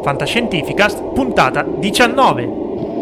Fantascientificast, puntata 19.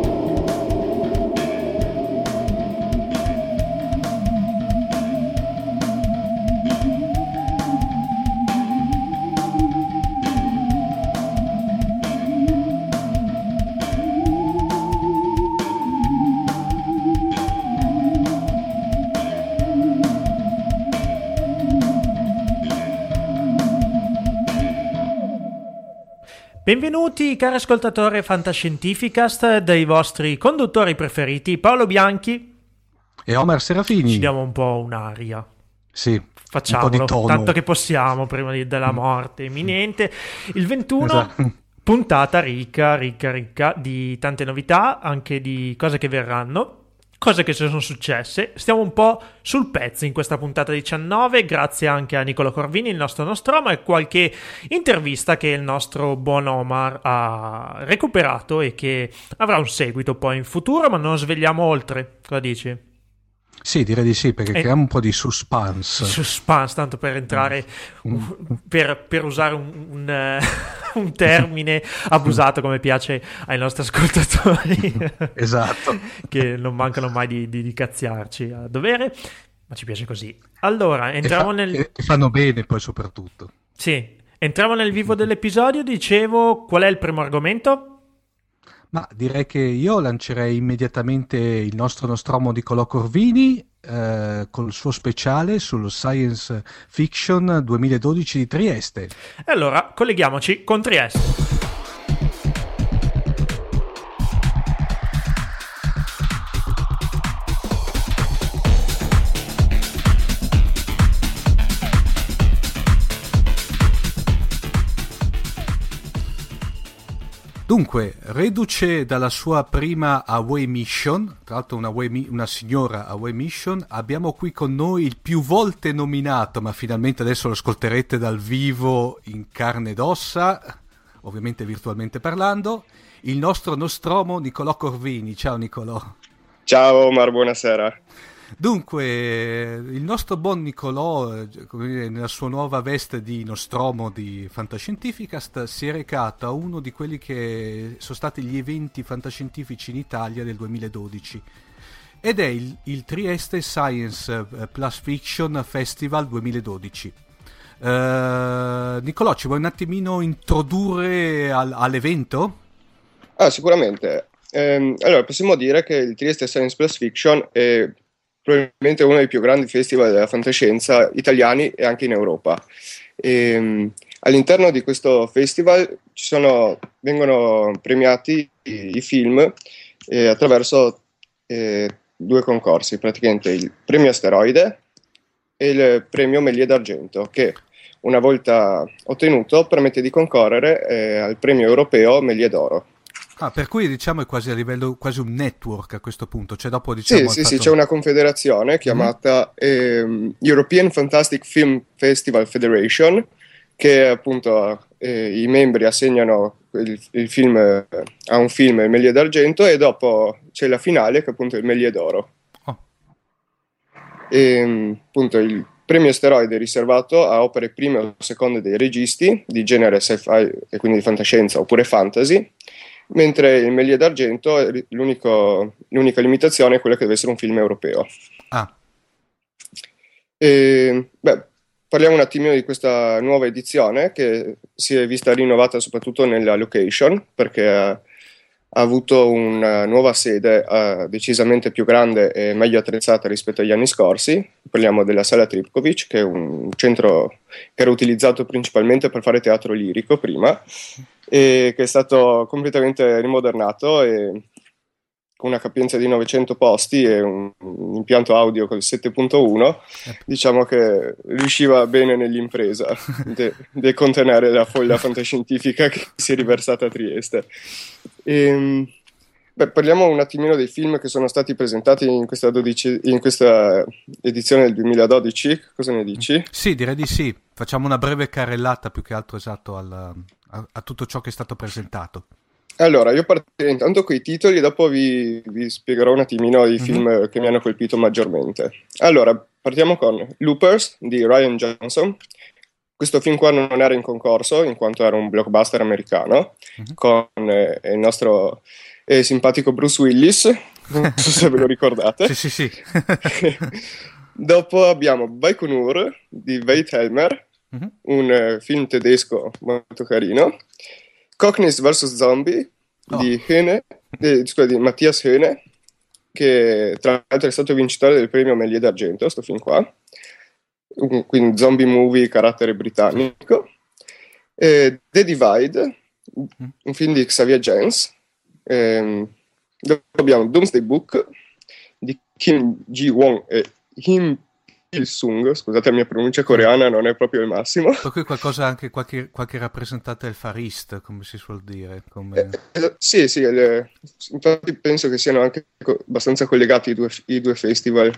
Benvenuti cari ascoltatori Fantascientificast, dai vostri conduttori preferiti Paolo Bianchi e Omar Serafini. Ci diamo un po' un'aria. Sì, facciamolo, un po' di tono, tanto che possiamo prima della morte imminente. Il 21, esatto. Puntata ricca di tante novità, anche di cose che verranno. Cose che sono successe, stiamo un po' sul pezzo in questa puntata 19, grazie anche a Nicolò Corvini, il nostro Nostromo, e qualche intervista che il nostro buon Omar ha recuperato e che avrà un seguito poi in futuro, ma non svegliamo oltre. Cosa dici? Sì, direi di sì, perché creiamo un po' di suspense. Suspense, tanto per entrare, per usare un termine abusato come piace ai nostri ascoltatori. Esatto. Che non mancano mai di cazziarci a dovere, ma ci piace così. Allora, entriamo che fanno bene poi soprattutto. Sì, entriamo nel vivo dell'episodio. Dicevo, qual è il primo argomento? Ma direi che io lancerei immediatamente il nostro Nostromo di Nicolò Corvini col suo speciale sullo Science Fiction 2012 di Trieste. E allora colleghiamoci con Trieste. Dunque, reduce dalla sua prima away mission, tra l'altro una signora away mission, abbiamo qui con noi il più volte nominato, ma finalmente adesso lo ascolterete dal vivo in carne ed ossa, ovviamente virtualmente parlando, il nostro Nostromo Nicolò Corvini. Ciao Nicolò. Ciao Omar, buonasera. Dunque, il nostro buon Nicolò, nella sua nuova veste di Nostromo di Fantascientificast, si è recato a uno di quelli che sono stati gli eventi fantascientifici in Italia del 2012 ed è il Trieste Science Plus Fiction Festival 2012. Nicolò, ci vuoi un attimino introdurre all'evento? Sicuramente. Allora, possiamo dire che il Trieste Science Plus Fiction è probabilmente uno dei più grandi festival della fantascienza italiani e anche in Europa. All'interno di questo festival vengono premiati i film attraverso due concorsi, praticamente il premio Asteroide e il premio Meglie d'Argento, che una volta ottenuto permette di concorrere al premio europeo Meglie d'Oro. Per cui diciamo è quasi a livello, quasi un network a questo punto, cioè dopo diciamo... Sì, c'è una confederazione chiamata European Fantastic Film Festival Federation, che appunto i membri assegnano il film a un film il Meglie d'Argento e dopo c'è la finale che appunto è il Meglie d'Oro. Appunto il premio Asteroide è riservato a opere prime o seconde dei registi di genere sci-fi e quindi di fantascienza oppure fantasy, mentre il Meglie d'Argento l'unica limitazione è quella che deve essere un film europeo. Parliamo un attimino di questa nuova edizione che si è vista rinnovata soprattutto nella location, perché ha avuto una nuova sede decisamente più grande e meglio attrezzata rispetto agli anni scorsi. Parliamo della Sala Tripkovic, che è un centro che era utilizzato principalmente per fare teatro lirico prima, e che è stato completamente rimodernato e con una capienza di 900 posti e un impianto audio col 7.1, diciamo che riusciva bene nell'impresa di contenere la folla fantascientifica che si è riversata a Trieste. Parliamo un attimino dei film che sono stati presentati in questa edizione del 2012, cosa ne dici? Sì, direi di sì. Facciamo una breve carrellata più che altro esatto a tutto ciò che è stato presentato. Allora, io partirei intanto con i titoli e dopo vi spiegherò un attimino i film che mi hanno colpito maggiormente. Allora, partiamo con Loopers di Rian Johnson, questo film qua non era in concorso, in quanto era un blockbuster americano, con il nostro simpatico Bruce Willis, non so se ve lo ricordate. Sì. Dopo abbiamo Baikonur di Veit Helmer, un film tedesco molto carino. Cockneys vs. Zombie di Matthias Höhne, che tra l'altro è stato vincitore del premio Méliès d'Argento, sto film qua. Quindi zombie movie carattere britannico. The Divide, un film di Xavier Jens. Dopo abbiamo Doomsday Book di Kim Ji-won e Kim Il-sung. Scusate, la mia pronuncia coreana non è proprio il massimo. Per cui qualcosa, anche qualche rappresentante del Far East, come si suol dire. Sì, infatti penso che siano anche abbastanza collegati i due festival.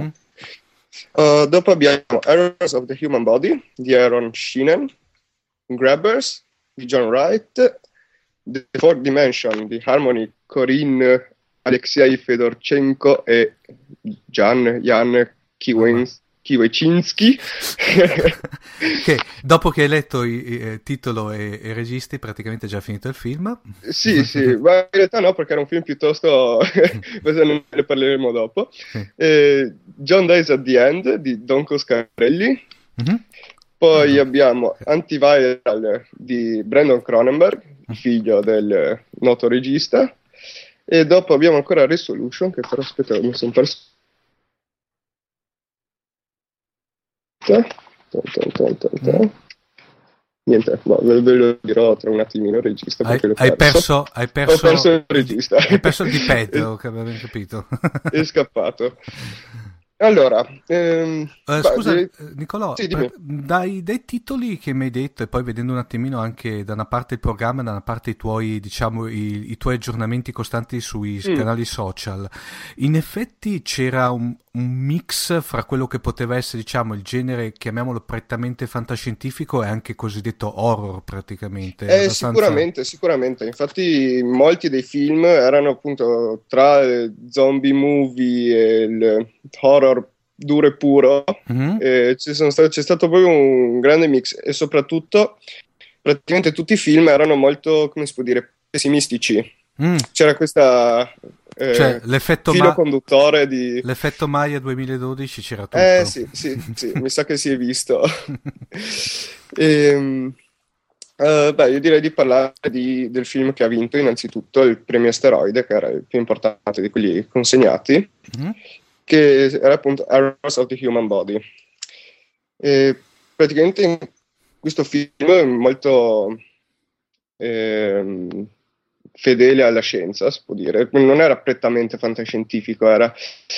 Dopo abbiamo Errors of the Human Body di Aaron Shinen, Grabbers di John Wright, The Fourth Dimension di Harmony Corinne, Alexei Fedorchenko e Jan Kiweczynski. Che dopo che hai letto il titolo e registi, praticamente è già finito il film. Sì, ma in realtà no, perché era un film piuttosto ne parleremo dopo. John Dies at the End di Don Coscarelli. Poi abbiamo Antiviral di Brandon Cronenberg, figlio del noto regista. E dopo abbiamo ancora Resolution, che però aspetta, mi sono perso. Niente, no, ve lo dirò tra un attimino il regista. Hai perso il regista. Hai perso il D-pad, che avevo capito. È scappato. Allora, scusa, Nicolò, sì, dai titoli che mi hai detto e poi vedendo un attimino anche da una parte il programma, da una parte i tuoi, diciamo, i tuoi aggiornamenti costanti sui canali social, in effetti c'era un mix fra quello che poteva essere, diciamo, il genere, chiamiamolo prettamente fantascientifico e anche cosiddetto horror praticamente. Abbastanza... Sicuramente, infatti molti dei film erano appunto tra zombie movie e il horror duro e puro. C'è stato proprio un grande mix e soprattutto praticamente tutti i film erano molto, come si può dire, pessimistici. C'era questa cioè, l'effetto filo conduttore di... L'effetto Maya 2012 c'era tutto. Sì, mi sa che si è visto. Io direi di parlare del film che ha vinto innanzitutto il premio Asteroide, che era il più importante di quelli consegnati, che era appunto Errors of the Human Body. Praticamente questo film è molto fedele alla scienza, si può dire. Non era prettamente fantascientifico, era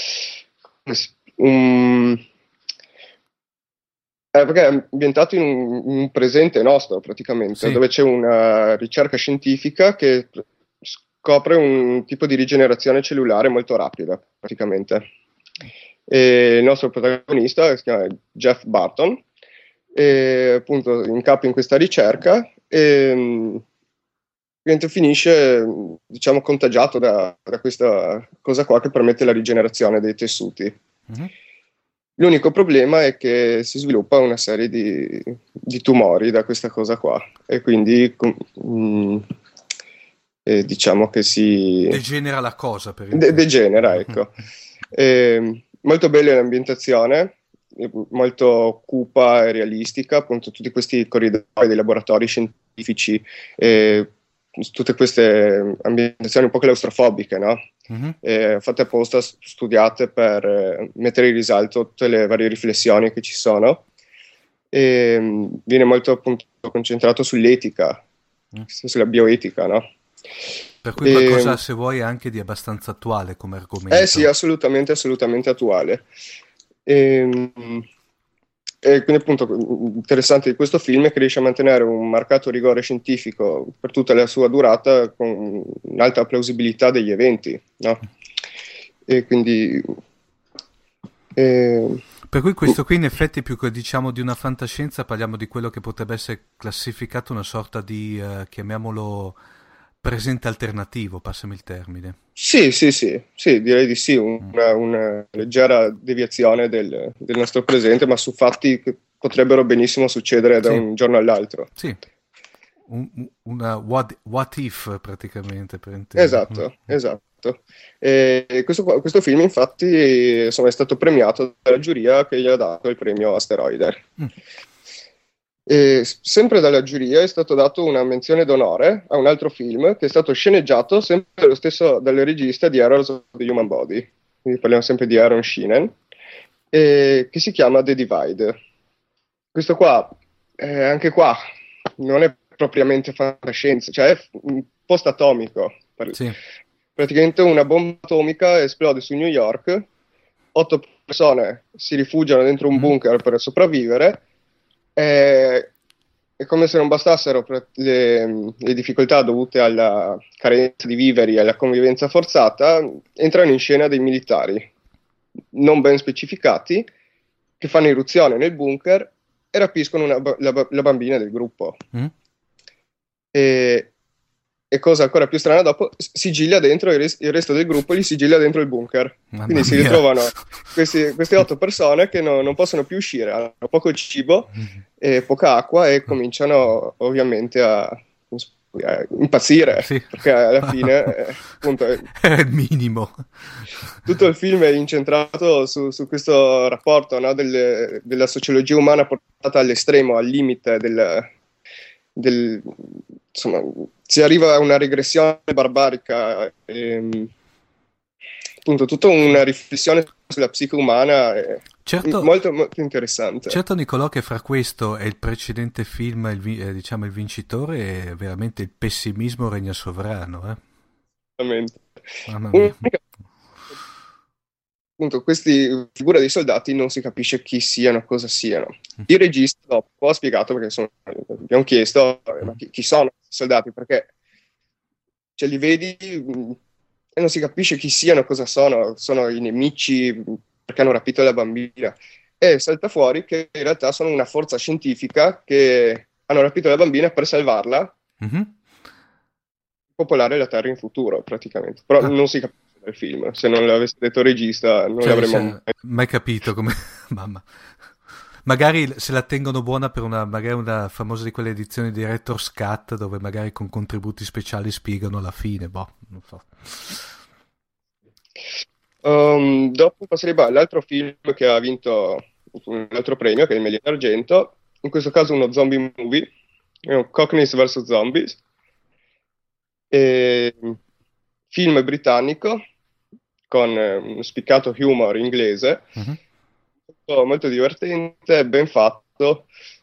perché è ambientato in un presente nostro praticamente, dove c'è una ricerca scientifica che scopre un tipo di rigenerazione cellulare molto rapida praticamente. E il nostro protagonista si chiama Jeff Barton, e appunto in capo in questa ricerca e finisce, diciamo, contagiato da questa cosa qua che permette la rigenerazione dei tessuti. L'unico problema è che si sviluppa una serie di tumori da questa cosa qua e quindi diciamo che si degenera la cosa per degenera, ecco. Molto bella l'ambientazione, molto cupa e realistica, appunto tutti questi corridoi dei laboratori scientifici, tutte queste ambientazioni un po' claustrofobiche, no? Fatte apposta, studiate per mettere in risalto tutte le varie riflessioni che ci sono, e viene molto appunto concentrato sull'etica, sulla bioetica, no? Per cui qualcosa, se vuoi, anche di abbastanza attuale come argomento. Sì, assolutamente attuale. E quindi appunto interessante di questo film è che riesce a mantenere un marcato rigore scientifico per tutta la sua durata con un'alta plausibilità degli eventi, no? E quindi per cui questo qui in effetti più che, diciamo, di una fantascienza parliamo di quello che potrebbe essere classificato una sorta di chiamiamolo presente alternativo, passami il termine. Sì, direi di sì, una leggera deviazione del nostro presente, ma su fatti che potrebbero benissimo succedere da Sì. un giorno all'altro. Sì, una what if praticamente, per intendere. Esatto. E questo film infatti insomma, è stato premiato dalla giuria che gli ha dato il premio Asteroide. E sempre dalla giuria è stato dato una menzione d'onore a un altro film che è stato sceneggiato sempre lo stesso dal regista di Errors of the Human Body, quindi parliamo sempre di Aaron Sheehan, che si chiama The Divide. Questo qua, anche qua, non è propriamente fantascienza, cioè è un post-atomico. Sì. Praticamente una bomba atomica esplode su New York, 8 persone si rifugiano dentro un bunker per sopravvivere. È come se non bastassero le difficoltà dovute alla carenza di viveri e alla convivenza forzata, entrano in scena dei militari non ben specificati che fanno irruzione nel bunker e rapiscono la bambina del gruppo. E cosa ancora più strana, dopo sigilla dentro il resto del gruppo, li sigilla dentro il bunker. Quindi si ritrovano queste 8 persone che non possono più uscire, hanno poco cibo e poca acqua e cominciano ovviamente a impazzire, Sì. perché alla fine appunto È il minimo. tutto il film è incentrato su questo rapporto, no, della sociologia umana portata all'estremo, al limite insomma, si arriva a una regressione barbarica, appunto tutta una riflessione sulla psiche umana Certo, molto, molto interessante. certo, Nicolò, che fra questo e il precedente film, diciamo il vincitore, è veramente il pessimismo regna sovrano. Veramente. Mamma mia. Appunto, questi figura dei soldati non si capisce chi siano, cosa siano. Il regista dopo ha spiegato, perché abbiamo chiesto ma chi sono i soldati, perché li vedi e non si capisce chi siano, cosa sono i nemici perché hanno rapito la bambina. E salta fuori che in realtà sono una forza scientifica che hanno rapito la bambina per salvarla e popolare la Terra in futuro, praticamente. Però non si capisce dal film, se non l'avesse detto il regista non l'avremmo mai capito come... Mamma. Magari se la tengono buona per magari una famosa di quelle edizioni di Director's Cut dove magari con contributi speciali spiegano la fine, boh, non so. Dopo passerei all'altro film che ha vinto un altro premio, che è il Melia d'Argento, in questo caso uno zombie movie, è un Cockneys vs. Zombies, film britannico con uno spiccato humor inglese, molto divertente, ben fatto,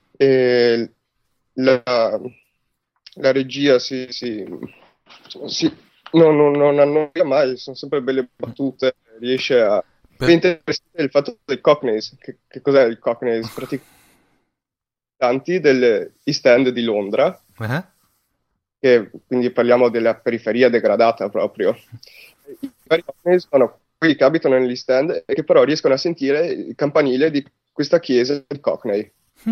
la regia non annoia mai, sono sempre belle battute, riesce a... È interessante il fatto del Cockneys. Che cos'è il Cockneys? Praticamente degli East End di Londra, che quindi parliamo della periferia degradata proprio. I vari Cockneys sono quelli che abitano nell'East End e che però riescono a sentire il campanile di questa chiesa di Cockney.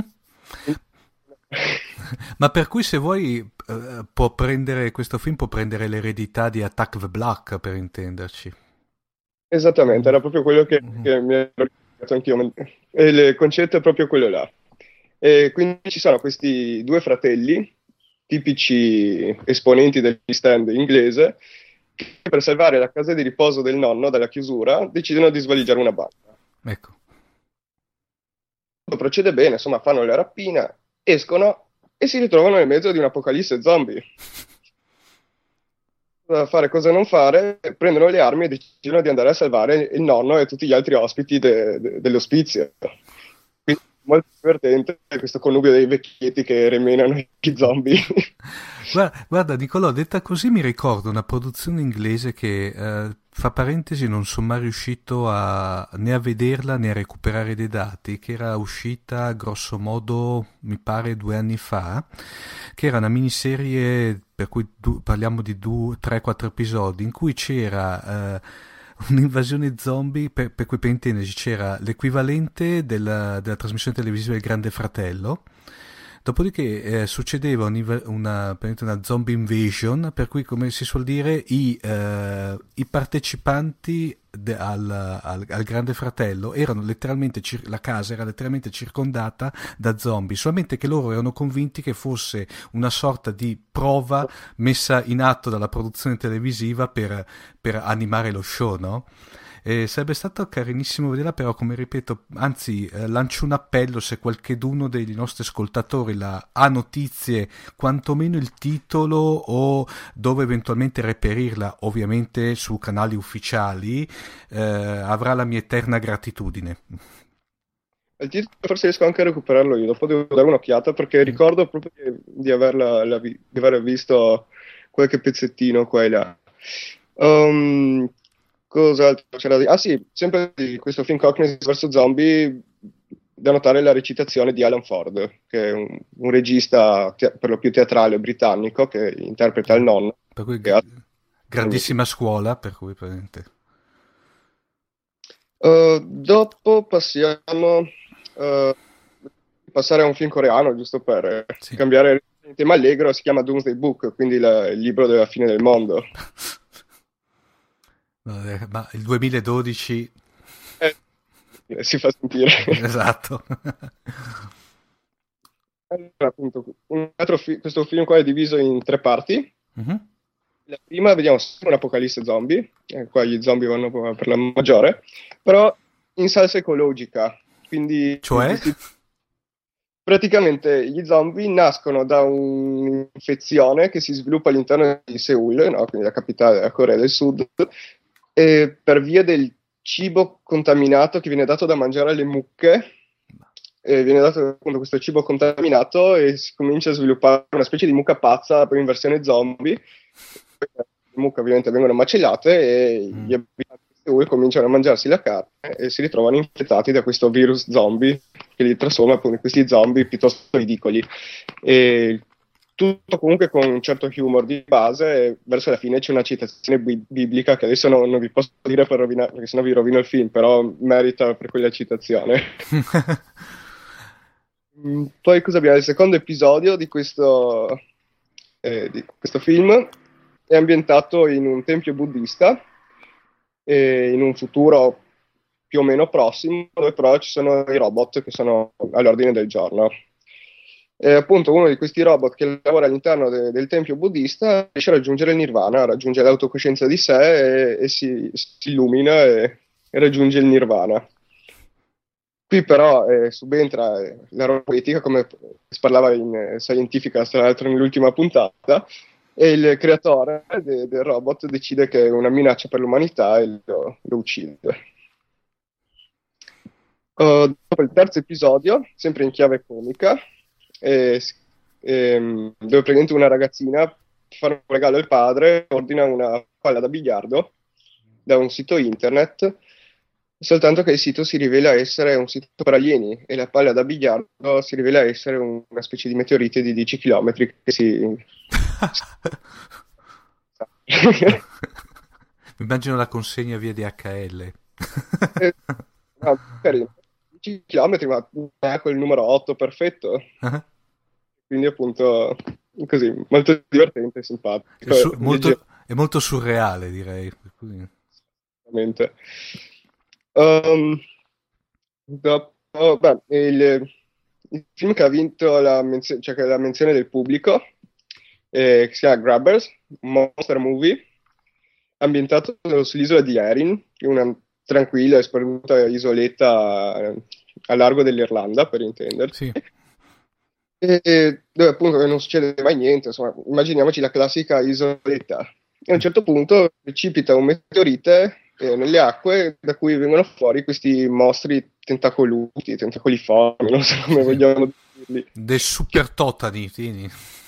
Ma per cui se vuoi può prendere questo film, può prendere l'eredità di Attack the Block, per intenderci. Esattamente, era proprio quello che mi ero ricordato anch'io, e il concetto è proprio quello là. E quindi ci sono questi due fratelli, tipici esponenti del stand inglese, che per salvare la casa di riposo del nonno dalla chiusura decidono di svaligiare una banca. Ecco. Procede bene, insomma, fanno la rapina, escono e si ritrovano nel mezzo di un'apocalisse zombie. Cosa fare, cosa non fare, prendono le armi e decidono di andare a salvare il nonno e tutti gli altri ospiti dell'ospizio. Quindi molto divertente questo connubio dei vecchietti che remenano i zombie. Guarda Nicolò, detta così mi ricordo una produzione inglese che, fra parentesi, non sono mai riuscito né a vederla né a recuperare dei dati, che era uscita grosso modo, mi pare, 2 anni fa, che era una miniserie per cui parliamo di 3-4 episodi, in cui c'era un'invasione zombie, per cui per intenderci c'era l'equivalente della trasmissione televisiva Il Grande Fratello, Dopodiché succedeva praticamente una zombie invasion, per cui, come si suol dire, i partecipanti al Grande Fratello erano letteralmente, la casa era letteralmente circondata da zombie, solamente che loro erano convinti che fosse una sorta di prova messa in atto dalla produzione televisiva per animare lo show, no? Sarebbe stato carinissimo vederla, però, come ripeto, anzi lancio un appello: se qualcheduno dei nostri ascoltatori ha notizie, quantomeno il titolo o dove eventualmente reperirla, ovviamente su canali ufficiali, avrà la mia eterna gratitudine. Il titolo forse riesco anche a recuperarlo io, dopo devo dare un'occhiata, perché ricordo proprio di aver visto qualche pezzettino qua e là. Cos'altro c'era Ah sì, sempre di questo film Cockney vs Zombie, da notare la recitazione di Alan Ford, che è un regista per lo più teatrale britannico, che interpreta il nonno. Per cui grandissima scuola, per cui praticamente. Dopo passare a un film coreano, giusto per cambiare il tema allegro. Si chiama Doomsday Book, quindi il libro della fine del mondo. Ma il 2012 si fa sentire. Esatto. Allora, appunto, questo film qua è diviso in 3 parti. Mm-hmm. La prima vediamo un'apocalisse zombie, qua gli zombie vanno per la maggiore, però in salsa ecologica, quindi cioè? Praticamente gli zombie nascono da un'infezione che si sviluppa all'interno di Seoul, no? Quindi la capitale della Corea del Sud, e per via del cibo contaminato che viene dato da mangiare alle mucche, viene dato appunto questo cibo contaminato e si comincia a sviluppare una specie di mucca pazza, poi in versione zombie. Le mucche ovviamente vengono macellate e gli abitanti di Seoul cominciano a mangiarsi la carne e si ritrovano infettati da questo virus zombie che li trasforma appunto in questi zombie piuttosto ridicoli. E tutto comunque con un certo humor di base, e verso la fine c'è una citazione biblica che adesso non vi posso dire per rovinare, perché sennò vi rovino il film, però merita per quella citazione. Poi cosa abbiamo? Il secondo episodio di questo film è ambientato in un tempio buddista, in un futuro più o meno prossimo, dove però ci sono i robot che sono all'ordine del giorno. E appunto uno di questi robot che lavora all'interno del tempio buddista riesce a raggiungere il nirvana, raggiunge l'autocoscienza di sé e si illumina e raggiunge il nirvana. Qui però subentra la robotica, come si parlava in Scientificast, tra l'altro nell'ultima puntata, e il creatore del robot decide che è una minaccia per l'umanità e lo uccide. Dopo il terzo episodio, sempre in chiave comica, dove praticamente una ragazzina fa un regalo al padre, ordina una palla da biliardo da un sito internet, soltanto che il sito si rivela essere un sito per alieni e la palla da biliardo si rivela essere una specie di meteorite di 10 km che si... Mi immagino la consegna via DHL. No, carino. 10 km, ma è quel numero 8 perfetto. Uh-huh. Quindi appunto così, molto divertente e simpatico. È molto surreale, direi. Esattamente. Il film che ha vinto la menzione del pubblico, che si chiama Grabbers, un monster movie, ambientato sull'isola di Erin, che è una tranquilla e sperduta isoletta a largo dell'Irlanda, per intenderci. Sì. E dove appunto non succede mai niente, insomma, immaginiamoci la classica isoletta. E a un certo punto precipita un meteorite nelle acque, da cui vengono fuori questi mostri tentacoluti, tentacoliformi, non so come vogliamo dirli. Dei super totani, tieni.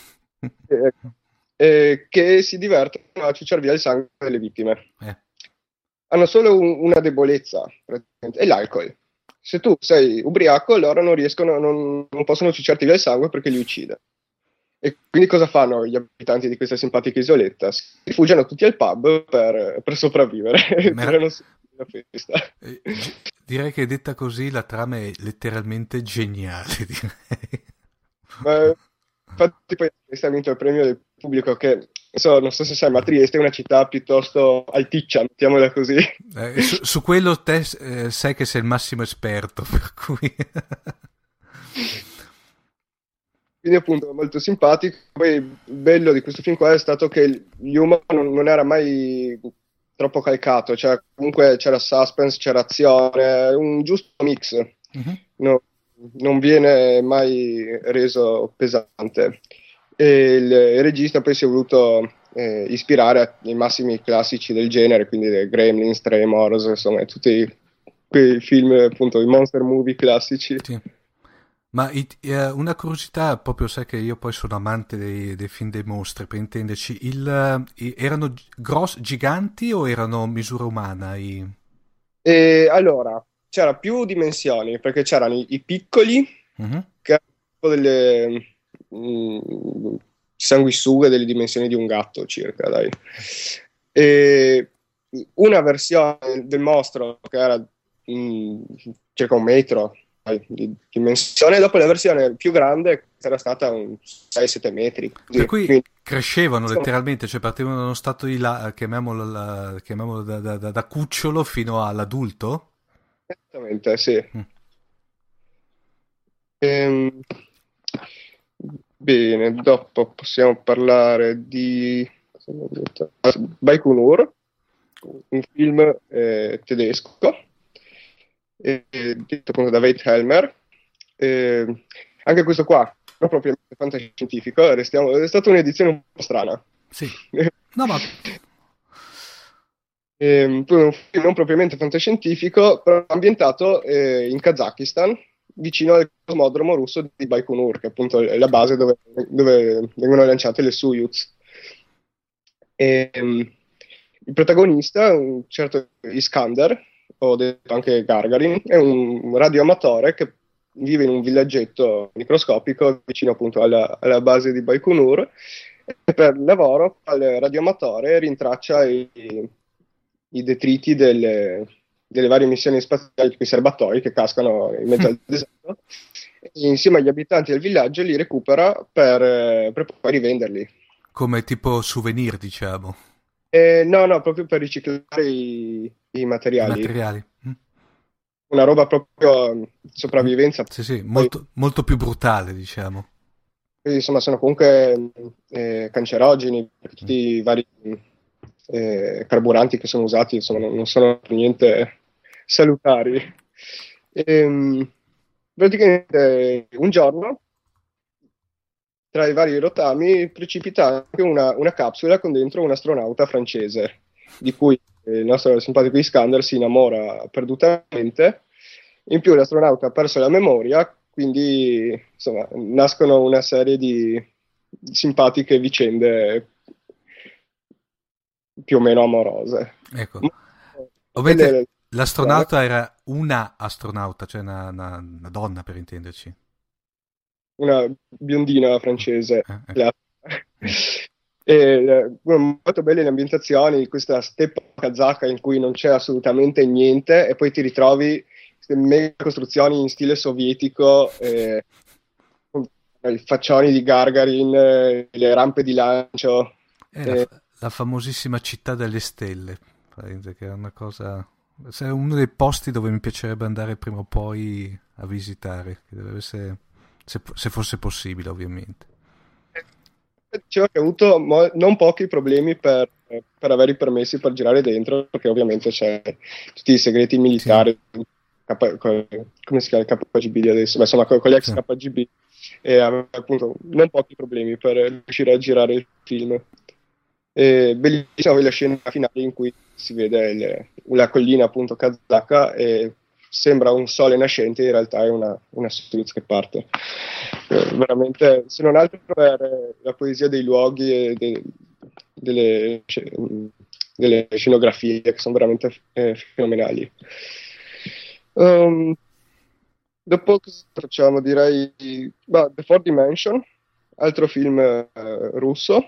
Che si divertono a ciucciare via il sangue delle vittime. Hanno solo una debolezza, è l'alcol. Se tu sei ubriaco, allora non possono ciucciarti via il sangue perché li uccide. E quindi cosa fanno gli abitanti di questa simpatica isoletta? Si rifugiano tutti al pub per sopravvivere e tirano su la festa. Direi che detta così la trama è letteralmente geniale, direi. Ma, infatti poi Trieste ha vinto il premio del pubblico che, non so se sai, ma Trieste è una città piuttosto alticcia, mettiamola così. Su quello te sai che sei il massimo esperto, per cui... Quindi appunto molto simpatico. Poi il bello di questo film qua è stato che l'humor non era mai troppo calcato, cioè comunque c'era suspense, c'era azione, un giusto mix. Mhm. Non viene mai reso pesante. E il regista poi si è voluto ispirare ai massimi classici del genere, quindi Gremlins, Tremors, insomma tutti quei film, appunto, i monster movie classici. Sì. Ma una curiosità, proprio sai che io poi sono amante dei film dei mostri, per intenderci, erano giganti o erano misura umana? E allora, c'era più dimensioni, perché c'erano i piccoli, Mhm. che erano tipo delle sanguisughe delle dimensioni di un gatto circa, dai. E una versione del mostro che era circa 1 metro di dimensione, dopo la versione più grande che era stata un 6-7 metri. Per cui Quindi, crescevano insomma, letteralmente, cioè partivano da uno stato di chiamiamolo, chiamiamolo da cucciolo fino all'adulto? esattamente, sì. Mm. Ehm, Bene, dopo possiamo parlare di Baikonur, un film tedesco, detto appunto da Wade Helmer. Anche questo qua, non propriamente fantascientifico, è stata un'edizione un po' strana. Sì. No, ma... Un film non propriamente fantascientifico, però ambientato in Kazakistan, vicino al cosmodromo russo di Baikonur, che appunto è la base dove vengono lanciate le Soyuz. Il protagonista, un certo Iskander, o detto anche Gargarin, è un radioamatore che vive in un villaggetto microscopico vicino appunto alla base di Baikonur, e per lavoro al radioamatore rintraccia i detriti delle varie missioni spaziali, quei serbatoi che cascano in mezzo al deserto, e insieme agli abitanti del villaggio li recupera per poi rivenderli. Come tipo souvenir, diciamo, No, proprio per riciclare i i materiali. materiali. Mm. Una roba proprio Mm. sopravvivenza. Sì, sì, Poi, molto, molto più brutale, diciamo. insomma, sono comunque cancerogeni, perché Mm. tutti i vari carburanti che sono usati, insomma, non sono per niente salutari. Ehm, Praticamente un giorno, tra i vari rotami, precipita anche una capsula con dentro un astronauta francese, di cui il nostro simpatico Iskander si innamora perdutamente. In più l'astronauta ha perso la memoria, quindi insomma nascono una serie di simpatiche vicende più o meno amorose. Ecco. Ma, Ovviamente quelle- l'astronauta era una astronauta, cioè una donna per intenderci. una biondina francese Ecco. classica. Mm. Molto belle le ambientazioni, questa steppa kazaka in cui non c'è assolutamente niente e poi ti ritrovi queste mega costruzioni in stile sovietico, con i faccioni di Gagarin, le rampe di lancio. È eh, la famosissima città delle stelle, praticamente, che è una cosa... È uno dei posti dove mi piacerebbe andare prima o poi a visitare, che deve essere, se fosse possibile, ovviamente. Diceva che ha avuto non pochi problemi per avere i permessi per girare dentro, perché ovviamente c'è tutti i segreti Sì, militari, come si chiama il KGB adesso? Beh, insomma, con gli ex sì. KGB, e aveva appunto non pochi problemi per riuscire a girare il film. E bellissima poi la scena finale in cui si vede la collina appunto kazaka e sembra un sole nascente, in realtà è una Soyuz che parte. Veramente, se non altro per la poesia dei luoghi e delle scenografie che sono veramente fenomenali. Um, Dopo cosa facciamo? Direi The Fourth Dimension, altro film russo,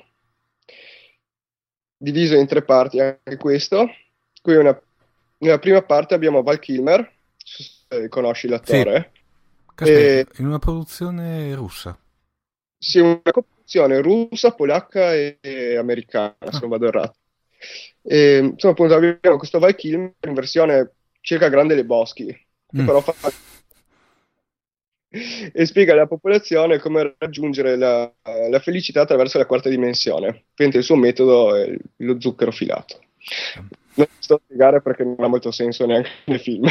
diviso in 3 parti anche questo. Qui nella prima parte abbiamo Val Kilmer, se conosci Sì, l'attore, caspita, e in una produzione russa. sì, una coproduzione russa, polacca e americana, se non vado errato. E, insomma, appunto, abbiamo questo Val Kilmer in versione circa Grande Lebowski, che Mm. però fa e spiega alla popolazione come raggiungere la felicità attraverso la quarta dimensione. Quindi il suo metodo è lo zucchero filato. Non sto a spiegare perché non ha molto senso neanche nel film.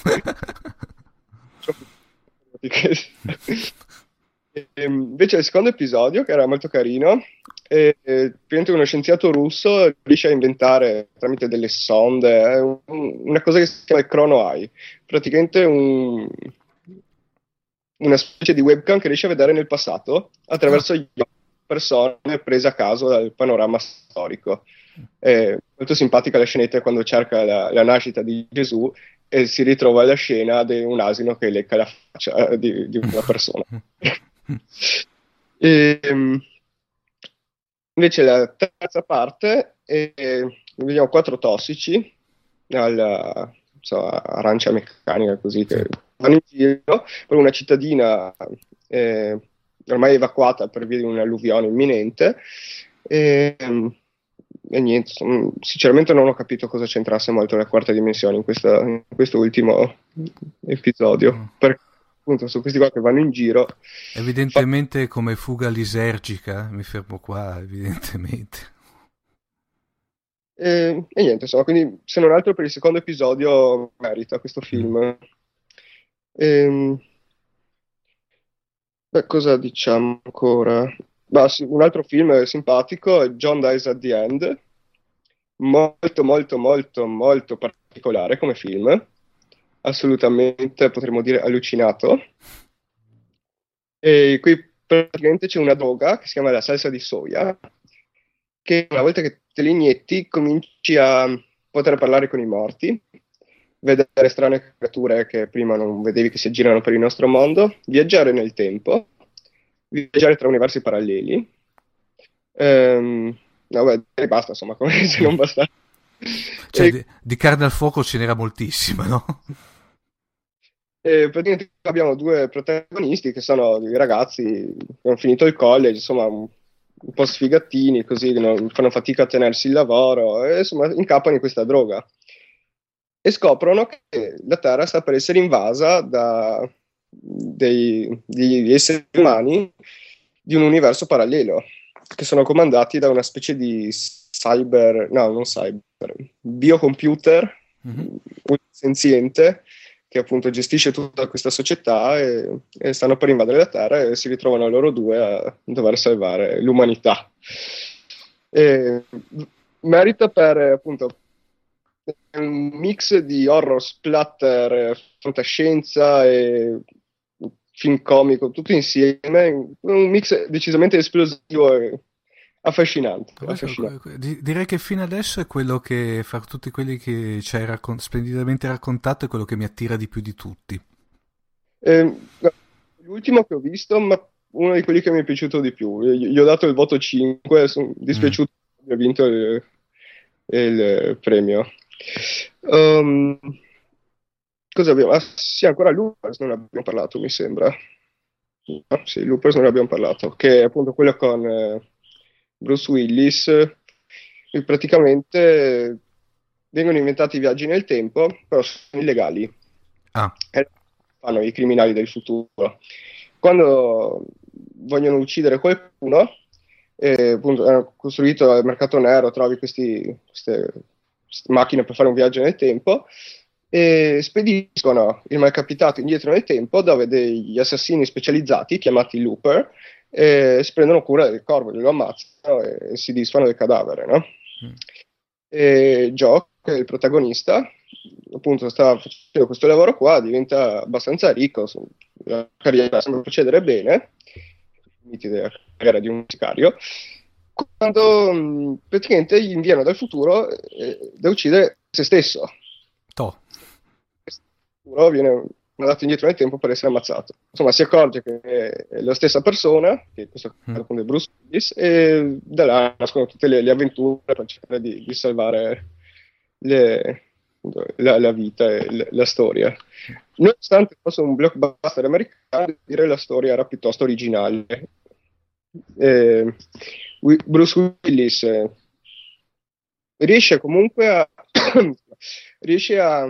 Invece il secondo episodio, che era molto carino, praticamente uno scienziato russo riesce a inventare tramite delle sonde una cosa che si chiama il Chrono Eye, praticamente una specie di webcam che riesce a vedere nel passato Ah, attraverso gli occhi di persone prese a caso dal panorama storico. È molto simpatica la scenetta quando cerca la nascita di Gesù e si ritrova la scena di un asino che lecca la faccia di una persona. E, invece la terza parte vediamo quattro tossici alla arancia meccanica così sì. che vanno in giro per una cittadina eh, ormai evacuata per via di un'alluvione imminente e niente, sinceramente non ho capito cosa c'entrasse molto la quarta dimensione in questo ultimo episodio, perché appunto sono questi qua che vanno in giro. Evidentemente come fuga lisergica, mi fermo qua, evidentemente. E niente, insomma, quindi se non altro per il secondo episodio merita questo Mm. film. Ehm, beh, cosa diciamo ancora? Bah, sì, un altro film simpatico è John Dies at the End, molto molto molto molto particolare come film, assolutamente potremmo dire allucinato. E qui praticamente c'è una droga che si chiama la salsa di soia, che una volta che te li inietti cominci a poter parlare con i morti, vedere strane creature che prima non vedevi che si aggirano per il nostro mondo, viaggiare nel tempo, viaggiare tra universi paralleli. No, beh, e basta, insomma, come se non bastasse. Cioè, E, di carne al fuoco ce n'era moltissima, no? e praticamente abbiamo due protagonisti che sono dei ragazzi che hanno finito il college, insomma, un po' sfigattini, così, che fanno fatica a tenersi il lavoro, e insomma, incappano in questa droga. E scoprono che la Terra sta per essere invasa da degli esseri umani di un universo parallelo, che sono comandati da una specie di cyber, no, non cyber, biocomputer Mhm. senziente che appunto gestisce tutta questa società e stanno per invadere la Terra e si ritrovano loro due a dover salvare l'umanità. E merita per appunto un mix di horror, splatter, fantascienza e film comico, tutto insieme, un mix decisamente esplosivo e affascinante, affascinante. Direi che fino adesso è quello che, fra tutti quelli che ci hai splendidamente raccontato, è quello che mi attira di più di tutti. L'ultimo che ho visto, ma uno di quelli che mi è piaciuto di più, gli ho dato il voto 5, sono Mm. dispiaciuto che abbia vinto il premio. Um, cosa abbiamo? Ah, sì, ancora Loopers non abbiamo parlato, mi sembra. Ah, sì, Loopers non ne abbiamo parlato, che è appunto quello con Bruce Willis, e praticamente vengono inventati viaggi nel tempo, però sono illegali. Ah, E fanno i criminali del futuro. Quando vogliono uccidere qualcuno, appunto, hanno costruito al mercato nero, trovi queste macchine per fare un viaggio nel tempo e spediscono il malcapitato indietro nel tempo dove degli assassini specializzati chiamati Looper si prendono cura del corpo, lo ammazzano e si disfano del cadavere, no? mm. E Joe, che è il protagonista, appunto sta facendo questo lavoro qua, diventa abbastanza ricco, la carriera sembra procedere bene, limiti della carriera di un sicario, quando praticamente gli inviano dal futuro da uccidere se stesso. Toh. Futuro viene mandato indietro nel tempo per essere ammazzato. Insomma, si accorge che è la stessa persona, che in questo Mm. caso appunto è Bruce Willis, e da là nascono tutte le avventure per cercare di salvare le- la vita e la storia. Nonostante fosse un blockbuster americano, devo dire la storia era piuttosto originale Bruce Willis riesce comunque a riesce a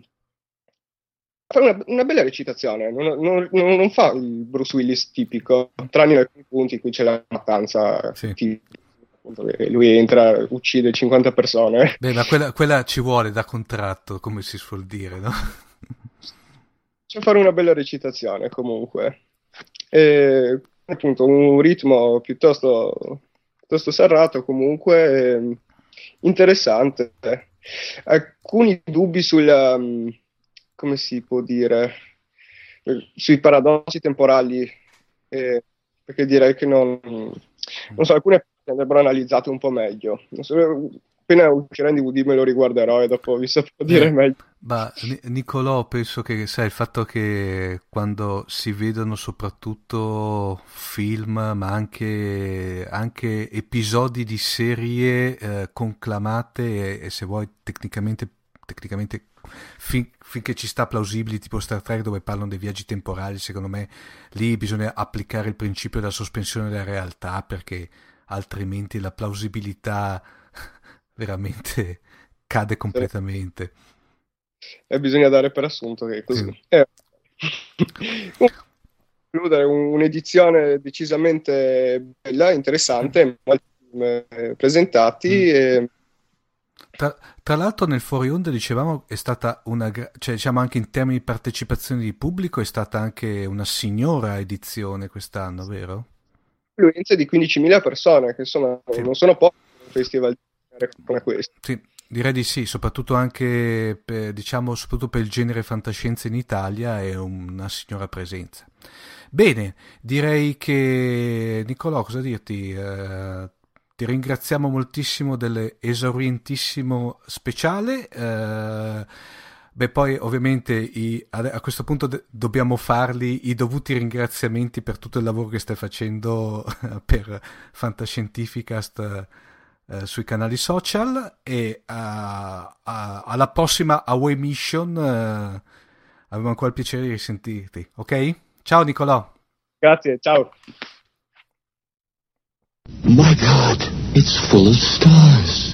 fare una bella recitazione, non fa il Bruce Willis tipico, tranne in alcuni punti in cui c'è la mattanza, sì. Lui entra, uccide 50 persone. Beh, ma quella ci vuole da contratto, come si suol dire, no? C'è fare una bella recitazione comunque. Appunto un ritmo piuttosto serrato comunque, interessante. Alcuni dubbi come si può dire, sui paradossi temporali, perché direi che non so, alcune andrebbero analizzate un po' meglio. Non so, appena uscirà in DVD me lo riguarderò e dopo vi saprò dire meglio. Ma Nicolò, penso che sai il fatto che quando si vedono soprattutto film, ma anche episodi di serie conclamate e se vuoi tecnicamente finché ci sta plausibili, tipo Star Trek, dove parlano dei viaggi temporali, secondo me lì bisogna applicare il principio della sospensione della realtà, perché altrimenti la plausibilità veramente cade completamente. E bisogna dare per assunto che è così. Un'edizione decisamente bella, interessante, molti presentati. Tra l'altro nel fuori onda dicevamo è stata cioè diciamo anche in termini di partecipazione di pubblico è stata anche una signora edizione quest'anno, vero? Influenza di 15.000 persone, che insomma non sono pochi un festival come questo. Sì, direi di sì, soprattutto anche soprattutto per il genere fantascienza in Italia è una signora presenza. Bene, direi che Nicolò, cosa dirti? Ti ringraziamo moltissimo dell'esaurientissimo speciale. Beh, poi ovviamente a questo punto dobbiamo farli i dovuti ringraziamenti per tutto il lavoro che stai facendo per Fantascientificast sui canali social e alla prossima Away Mission. Avevo ancora il piacere di risentirti, ok? Ciao Nicolò. Grazie, ciao. My God, it's full of stars.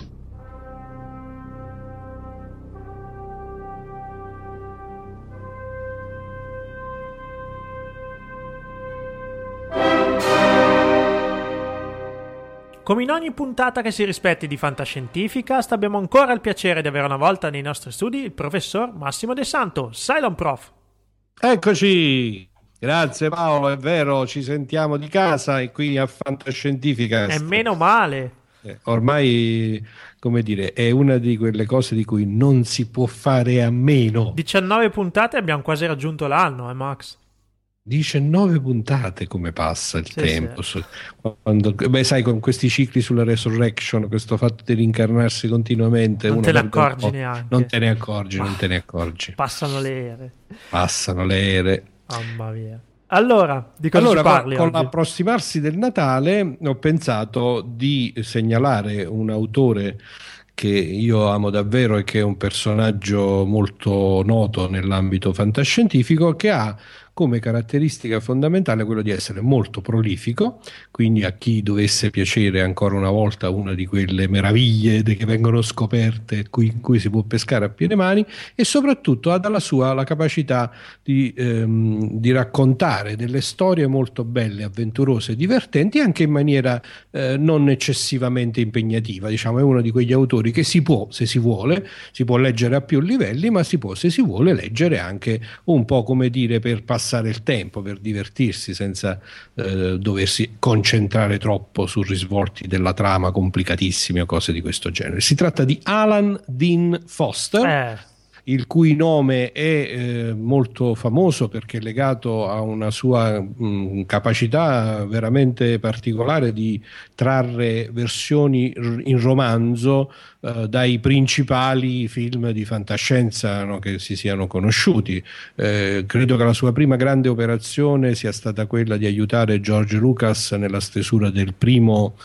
Come in ogni puntata che si rispetti di Fantascientificast, abbiamo ancora il piacere di avere una volta nei nostri studi il professor Massimo De Santo, Cylon Prof. Eccoci! Grazie Paolo, è vero, ci sentiamo di casa e qui a Fantascientificast. E meno male. Ormai, come dire, è una di quelle cose di cui non si può fare a meno. 19 puntate, abbiamo quasi raggiunto l'anno, Max? 19 puntate, come passa il tempo. Sì. Sai, con questi cicli sulla Resurrection, questo fatto di rincarnarsi continuamente, non te ne accorgi neanche. Non te ne accorgi. Passano le ere. Mamma mia. Allora, di cosa ci parli con oggi? l'approssimarsi del Natale ho pensato di segnalare un autore che io amo davvero e che è un personaggio molto noto nell'ambito fantascientifico, che ha come caratteristica fondamentale quello di essere molto prolifico, quindi a chi dovesse piacere ancora una volta una di quelle meraviglie che vengono scoperte in cui si può pescare a piene mani, e soprattutto ha la capacità di raccontare delle storie molto belle, avventurose e divertenti, anche in maniera non eccessivamente impegnativa. Diciamo, è uno di quegli autori che si può, se si vuole, si può leggere a più livelli, ma si può, se si vuole, leggere anche un po', come dire, per passare il tempo, per divertirsi senza doversi concentrare troppo su risvolti della trama complicatissimi o cose di questo genere. Si tratta di Alan Dean Foster, il cui nome è molto famoso perché è legato a una sua capacità veramente particolare di trarre versioni in romanzo dai principali film di fantascienza, no, che si siano conosciuti. Credo che la sua prima grande operazione sia stata quella di aiutare George Lucas nella stesura del primo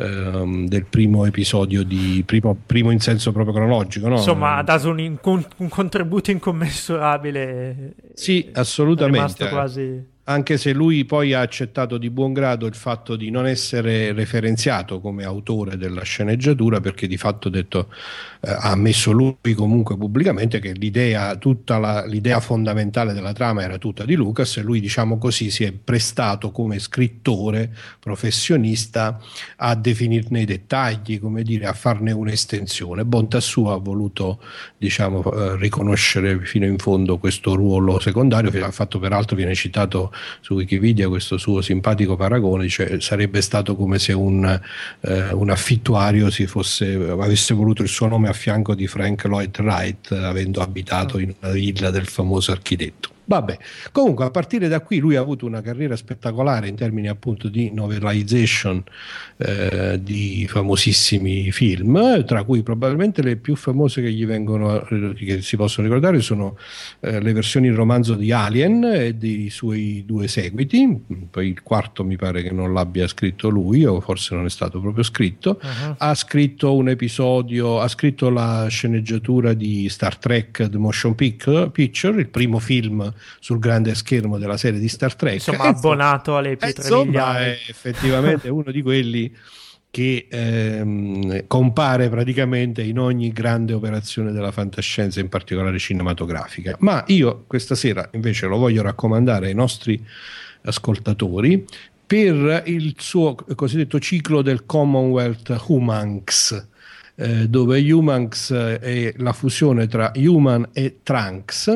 episodio primo in senso proprio cronologico, no? Insomma, ha dato un contributo incommensurabile. Sì, assolutamente. È rimasto quasi anche se lui poi ha accettato di buon grado il fatto di non essere referenziato come autore della sceneggiatura, perché di fatto ha ammesso lui comunque pubblicamente che l'idea fondamentale della trama era tutta di Lucas, e lui, diciamo così, si è prestato come scrittore professionista a definirne i dettagli, come dire, a farne un'estensione. Bontà sua ha voluto, diciamo, riconoscere fino in fondo questo ruolo secondario. Il fatto, peraltro, viene citato su Wikipedia questo suo simpatico paragone, cioè sarebbe stato come se un affittuario avesse voluto il suo nome a fianco di Frank Lloyd Wright, avendo abitato in una villa del famoso architetto. Vabbè, comunque a partire da qui lui ha avuto una carriera spettacolare in termini appunto di novelization di famosissimi film, tra cui probabilmente le più famose che si possono ricordare sono le versioni in romanzo di Alien e dei suoi 2 seguiti. Poi il quarto mi pare che non l'abbia scritto lui, o forse non è stato proprio scritto. Ha scritto un episodio, ha scritto la sceneggiatura di Star Trek The Motion Picture, il primo film sul grande schermo della serie di Star Trek. Insomma, abbonato alle pietre miliari. È effettivamente uno di quelli che compare praticamente in ogni grande operazione della fantascienza, in particolare cinematografica. Ma io questa sera invece lo voglio raccomandare ai nostri ascoltatori per il suo cosiddetto ciclo del Commonwealth Humanx, dove Humanx è la fusione tra Human e Trunks.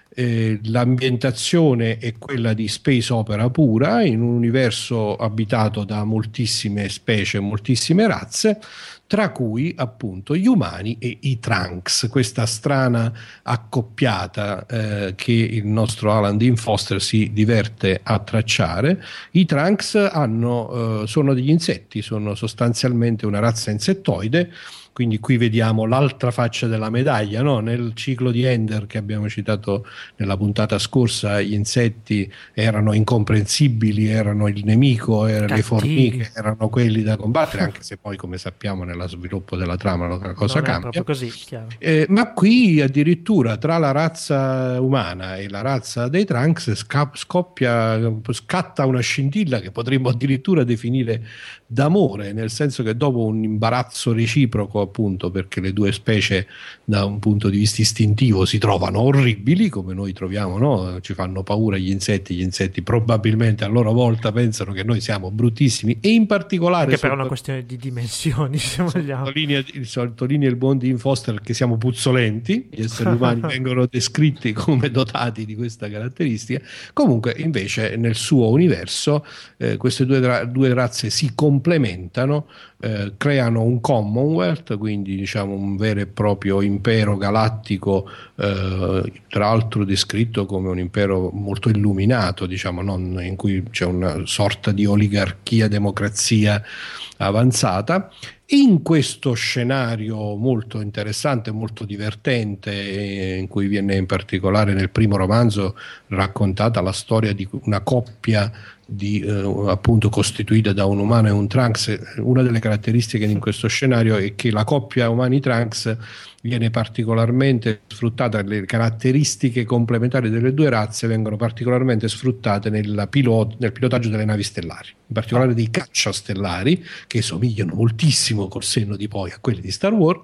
L'ambientazione è quella di space opera pura, in un universo abitato da moltissime specie, moltissime razze, tra cui appunto gli umani e i Trunks, questa strana accoppiata che il nostro Alan Dean Foster si diverte a tracciare. I Trunks sono degli insetti, sono sostanzialmente una razza insettoide. Quindi qui vediamo l'altra faccia della medaglia, no? Nel ciclo di Ender che abbiamo citato nella puntata scorsa, gli insetti erano incomprensibili, erano il nemico, le formiche erano quelli da combattere, anche se poi, come sappiamo, nello sviluppo della trama la cosa cambia. È proprio così, chiaro. Ma qui addirittura tra la razza umana e la razza dei Trunks scatta una scintilla che potremmo addirittura definire d'amore, nel senso che dopo un imbarazzo reciproco, appunto perché le due specie da un punto di vista istintivo si trovano orribili, come noi troviamo, no? Ci fanno paura gli insetti probabilmente a loro volta pensano che noi siamo bruttissimi, e in particolare che per una questione di dimensioni, se vogliamo, sottolinea il buon Dean Foster che siamo puzzolenti, gli esseri umani vengono descritti come dotati di questa caratteristica. Comunque invece nel suo universo queste due razze si complementano, creano un Commonwealth, quindi diciamo un vero e proprio impero galattico, tra l'altro descritto come un impero molto illuminato, diciamo, non in cui c'è una sorta di oligarchia, democrazia avanzata. In questo scenario molto interessante, molto divertente, in cui viene in particolare nel primo romanzo raccontata la storia di una coppia appunto costituita da un umano e un Trunks. Una delle caratteristiche in questo scenario è che la coppia umani-Trunks viene particolarmente sfruttata, le caratteristiche complementari delle due razze vengono particolarmente sfruttate nel pilotaggio delle navi stellari, in particolare dei caccia stellari, che somigliano moltissimo col senno di poi a quelli di Star Wars.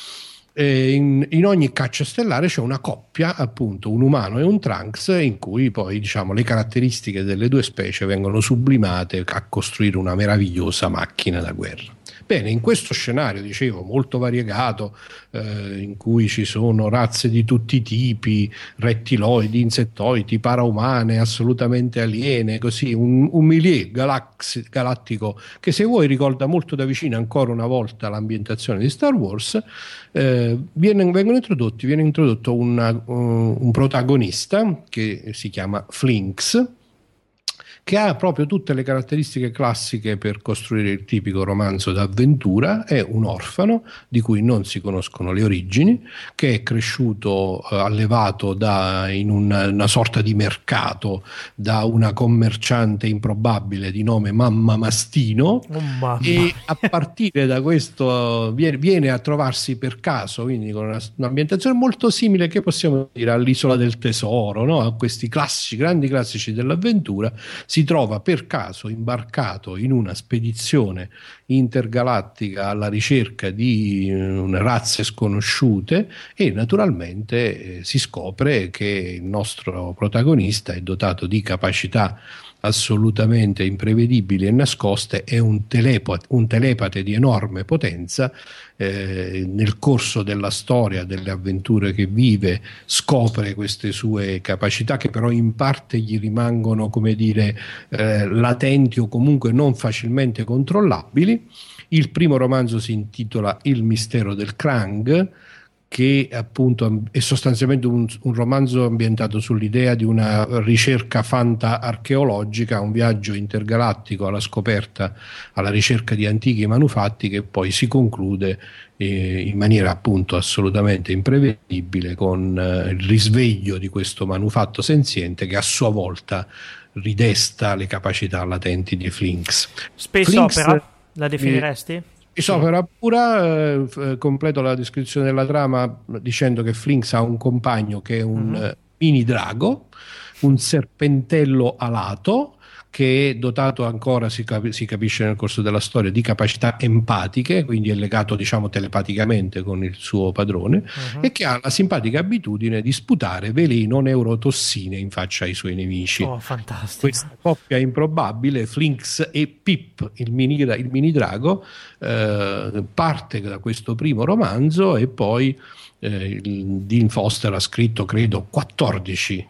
In ogni caccia stellare c'è una coppia, appunto un umano e un Trunks, in cui poi diciamo le caratteristiche delle due specie vengono sublimate a costruire una meravigliosa macchina da guerra. Bene, in questo scenario, dicevo, molto variegato, in cui ci sono razze di tutti i tipi, rettiloidi, insettoidi, paraumane, assolutamente aliene, così un milieu galattico che, se vuoi, ricorda molto da vicino ancora una volta l'ambientazione di Star Wars. Viene introdotto un protagonista che si chiama Flinx, che ha proprio tutte le caratteristiche classiche per costruire il tipico romanzo d'avventura. È un orfano di cui non si conoscono le origini, che è cresciuto allevato in una sorta di mercato da una commerciante improbabile di nome Mamma Mastino, e a partire da questo viene a trovarsi per caso, quindi con un'ambientazione molto simile, che possiamo dire, all'Isola del Tesoro, no? A questi grandi classici dell'avventura. Si trova per caso imbarcato in una spedizione intergalattica alla ricerca di razze sconosciute, e naturalmente si scopre che il nostro protagonista è dotato di capacità assolutamente imprevedibili e nascoste, è un telepate di enorme potenza. Nel corso della storia, delle avventure che vive, scopre queste sue capacità, che però in parte gli rimangono, come dire, latenti o comunque non facilmente controllabili. Il primo romanzo si intitola Il mistero del Krang, che appunto è sostanzialmente un romanzo ambientato sull'idea di una ricerca fanta-archeologica, un viaggio intergalattico alla scoperta, alla ricerca di antichi manufatti, che poi si conclude in maniera appunto assolutamente imprevedibile con il risveglio di questo manufatto senziente, che a sua volta ridesta le capacità latenti di Flinx. Space opera la definiresti? Opera pura. Completo la descrizione della trama dicendo che Flinx ha un compagno che è un mini drago, un serpentello alato, che è dotato ancora, si capisce nel corso della storia, di capacità empatiche, quindi è legato, diciamo, telepaticamente con il suo padrone, e che ha la simpatica abitudine di sputare veleno, neurotossine in faccia ai suoi nemici. Oh, fantastico. Questa coppia improbabile, Flinx e Pip, il mini drago, parte da questo primo romanzo, e poi Dean Foster ha scritto, credo, 14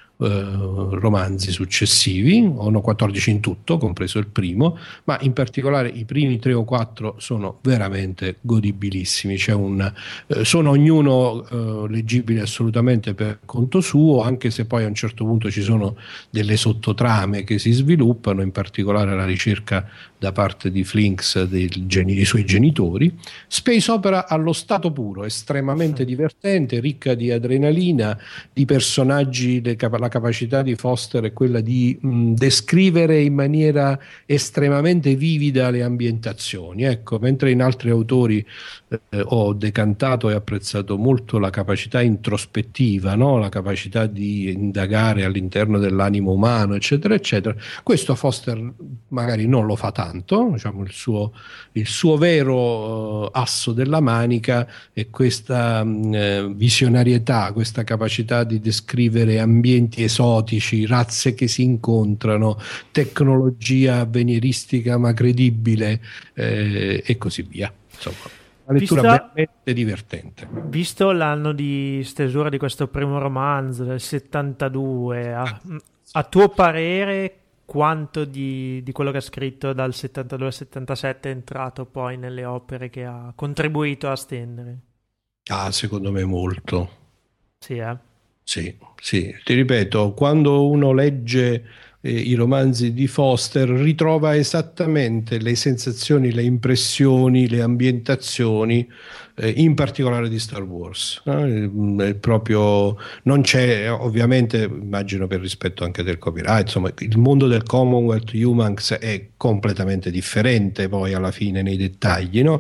romanzi successivi, o no, 14 in tutto, compreso il primo, ma in particolare i primi 3 o 4 sono veramente godibilissimi. Sono ognuno leggibile assolutamente per conto suo, anche se poi a un certo punto ci sono delle sottotrame che si sviluppano, in particolare la ricerca da parte di Flinx dei suoi genitori. Space opera allo stato puro, estremamente divertente, ricca di adrenalina, di personaggi. La capacità di Foster è quella di descrivere in maniera estremamente vivida le ambientazioni. Ecco, mentre in altri autori ho decantato e apprezzato molto la capacità introspettiva, no? La capacità di indagare all'interno dell'animo umano, eccetera, eccetera. Questo Foster magari non lo fa tanto, diciamo, il suo vero asso della manica è questa visionarietà, questa capacità di descrivere ambienti esotici, razze che si incontrano, tecnologia avveniristica ma credibile, e così via. Insomma, una lettura veramente divertente. Visto l'anno di stesura di questo primo romanzo del 72, a tuo parere quanto di quello che ha scritto dal 72 al 77 è entrato poi nelle opere che ha contribuito a stendere? Secondo me molto. Sì, Sì, ti ripeto, quando uno legge i romanzi di Foster ritrova esattamente le sensazioni, le impressioni, le ambientazioni, in particolare di Star Wars. Proprio non c'è, ovviamente, immagino per rispetto anche del copyright, insomma, il mondo del Commonwealth Humans è completamente differente poi alla fine nei dettagli, no?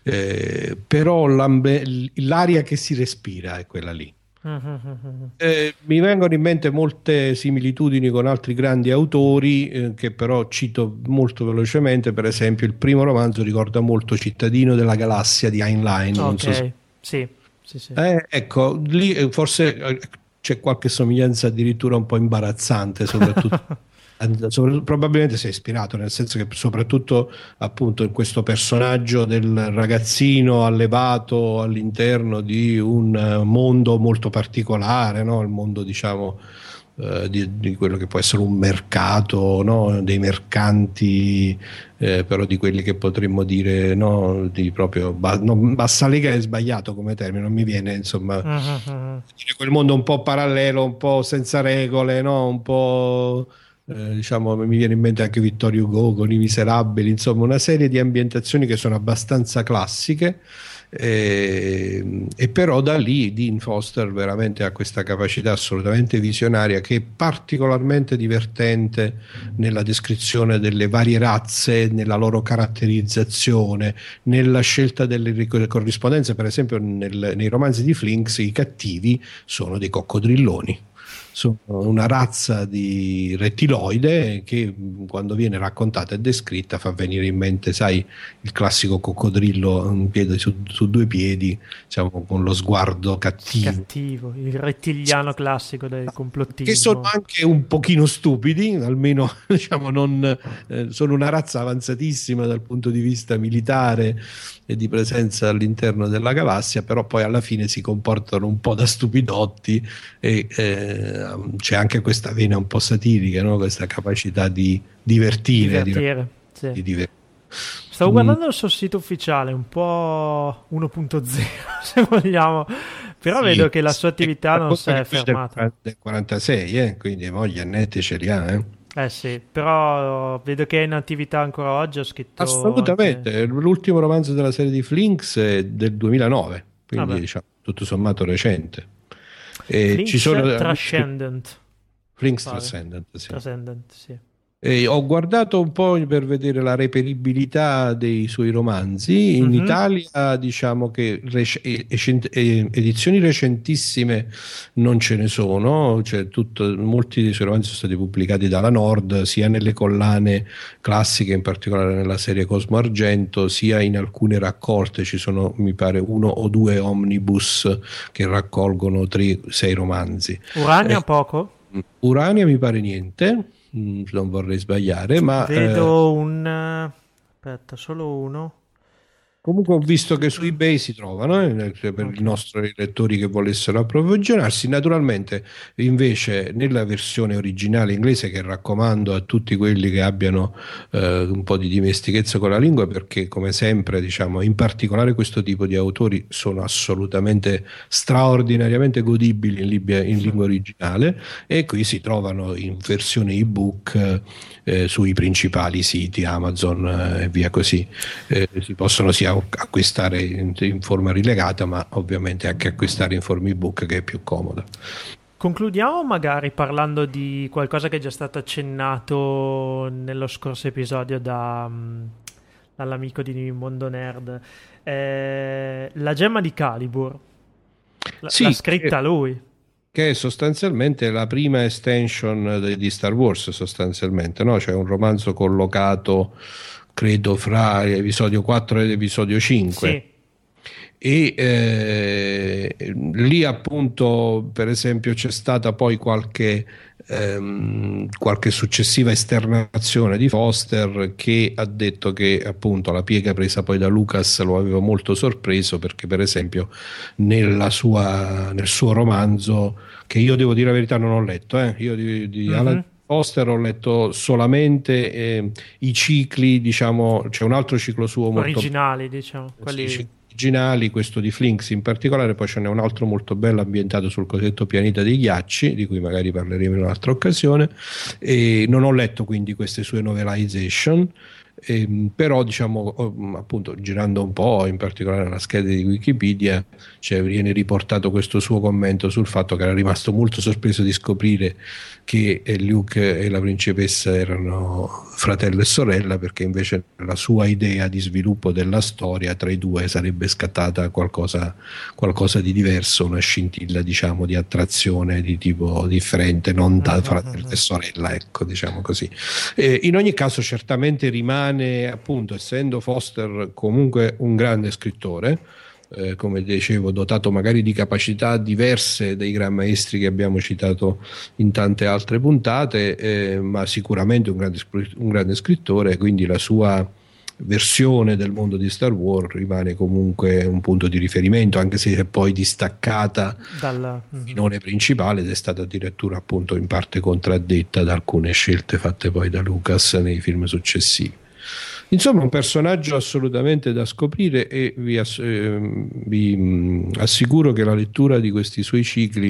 Però l'aria che si respira è quella lì. Mi vengono in mente molte similitudini con altri grandi autori, che però cito molto velocemente. Per esempio, il primo romanzo ricorda molto Cittadino della Galassia di Heinlein. Non so se... sì. Ecco, lì forse c'è qualche somiglianza addirittura un po' imbarazzante, soprattutto. Probabilmente si è ispirato, nel senso che soprattutto appunto in questo personaggio del ragazzino allevato all'interno di un mondo molto particolare, no? Il mondo, diciamo, di quello che può essere un mercato, no? Dei mercanti, però di quelli che potremmo dire, no? Di proprio bassa lega è sbagliato come termine, non mi viene, insomma, dire quel mondo un po' parallelo, un po' senza regole, no? Un po' diciamo, mi viene in mente anche Vittorio Hugo con I Miserabili, insomma una serie di ambientazioni che sono abbastanza classiche, e però da lì Dean Foster veramente ha questa capacità assolutamente visionaria, che è particolarmente divertente nella descrizione delle varie razze, nella loro caratterizzazione, nella scelta delle corrispondenze. Per esempio nei romanzi di Flinks i cattivi sono dei coccodrilloni, sono una razza di rettiloide che quando viene raccontata e descritta fa venire in mente, sai, il classico coccodrillo un piede su due piedi, diciamo, con lo sguardo cattivo, Il rettiliano classico del complottismo. che sono anche un pochino stupidi, almeno diciamo non sono una razza avanzatissima dal punto di vista militare e di presenza all'interno della galassia, però poi alla fine si comportano un po' da stupidotti, e c'è anche questa vena un po' satirica, no? Questa capacità di divertire. Sì. Di divertire. Stavo guardando il suo sito ufficiale, un po' 1.0 se vogliamo, però Sì, vedo che la sua attività non si è fermata. Del 46, quindi gli annetti ce li ha, Sì, però vedo che è in attività ancora oggi, ho scritto... Assolutamente, anche... l'ultimo romanzo della serie di Flinks è del 2009, quindi diciamo, tutto sommato recente. Flinks ci sono Transcendent. Flinks Transcendent, sì. Transcendent, sì. Ho guardato un po' per vedere la reperibilità dei suoi romanzi. In Italia diciamo che edizioni recentissime non ce ne sono, cioè, molti dei suoi romanzi sono stati pubblicati dalla Nord, sia nelle collane classiche, in particolare nella serie Cosmo Argento, sia in alcune raccolte. Ci sono, mi pare, 1 o 2 omnibus che raccolgono 3-6 romanzi. Urania poco? Urania mi pare niente, non vorrei sbagliare, ma vedo aspetta, solo uno. comunque ho visto che su eBay si trovano, per i nostri lettori che volessero approvvigionarsi. Naturalmente invece nella versione originale inglese, che raccomando a tutti quelli che abbiano un po' di dimestichezza con la lingua, perché come sempre, diciamo, in particolare questo tipo di autori sono assolutamente straordinariamente godibili in lingua originale, e qui si trovano in versione ebook sui principali siti Amazon e via così. Si possono sia acquistare in forma rilegata, ma ovviamente anche acquistare in forma ebook, che è più comoda. Concludiamo magari parlando di qualcosa che è già stato accennato nello scorso episodio dall'amico di Mondo Nerd, la gemma di Calibur. L'ha scritta lui, che è sostanzialmente la prima extension di Star Wars, sostanzialmente, no? Cioè un romanzo collocato credo fra episodio 4 ed episodio 5. Sì. E lì appunto, per esempio, c'è stata poi qualche successiva esternazione di Foster, che ha detto che appunto la piega presa poi da Lucas lo aveva molto sorpreso, perché per esempio nel suo romanzo, che io devo dire la verità non ho letto, io di Alan Foster ho letto solamente i cicli, diciamo, c'è un altro ciclo suo originali, diciamo, quelli originali, questo di Flinks in particolare, poi ce n'è un altro molto bello ambientato sul cosiddetto pianeta dei ghiacci, di cui magari parleremo in un'altra occasione, e non ho letto quindi queste sue novelization. Però diciamo, appunto, girando un po' in particolare nella scheda di Wikipedia, cioè, viene riportato questo suo commento sul fatto che era rimasto molto sorpreso di scoprire che Luke e la principessa erano fratello e sorella, perché invece la sua idea di sviluppo della storia tra i due sarebbe scattata qualcosa di diverso, una scintilla, diciamo, di attrazione di tipo differente, non da fratello e sorella, ecco, diciamo così. In ogni caso certamente rimane, appunto, essendo Foster comunque un grande scrittore, come dicevo, dotato magari di capacità diverse dei gran maestri che abbiamo citato in tante altre puntate, ma sicuramente un grande scrittore, quindi la sua versione del mondo di Star Wars rimane comunque un punto di riferimento, anche se è poi distaccata dal filone principale, ed è stata addirittura appunto in parte contraddetta da alcune scelte fatte poi da Lucas nei film successivi. Insomma, un personaggio assolutamente da scoprire, e vi assicuro che la lettura di questi suoi cicli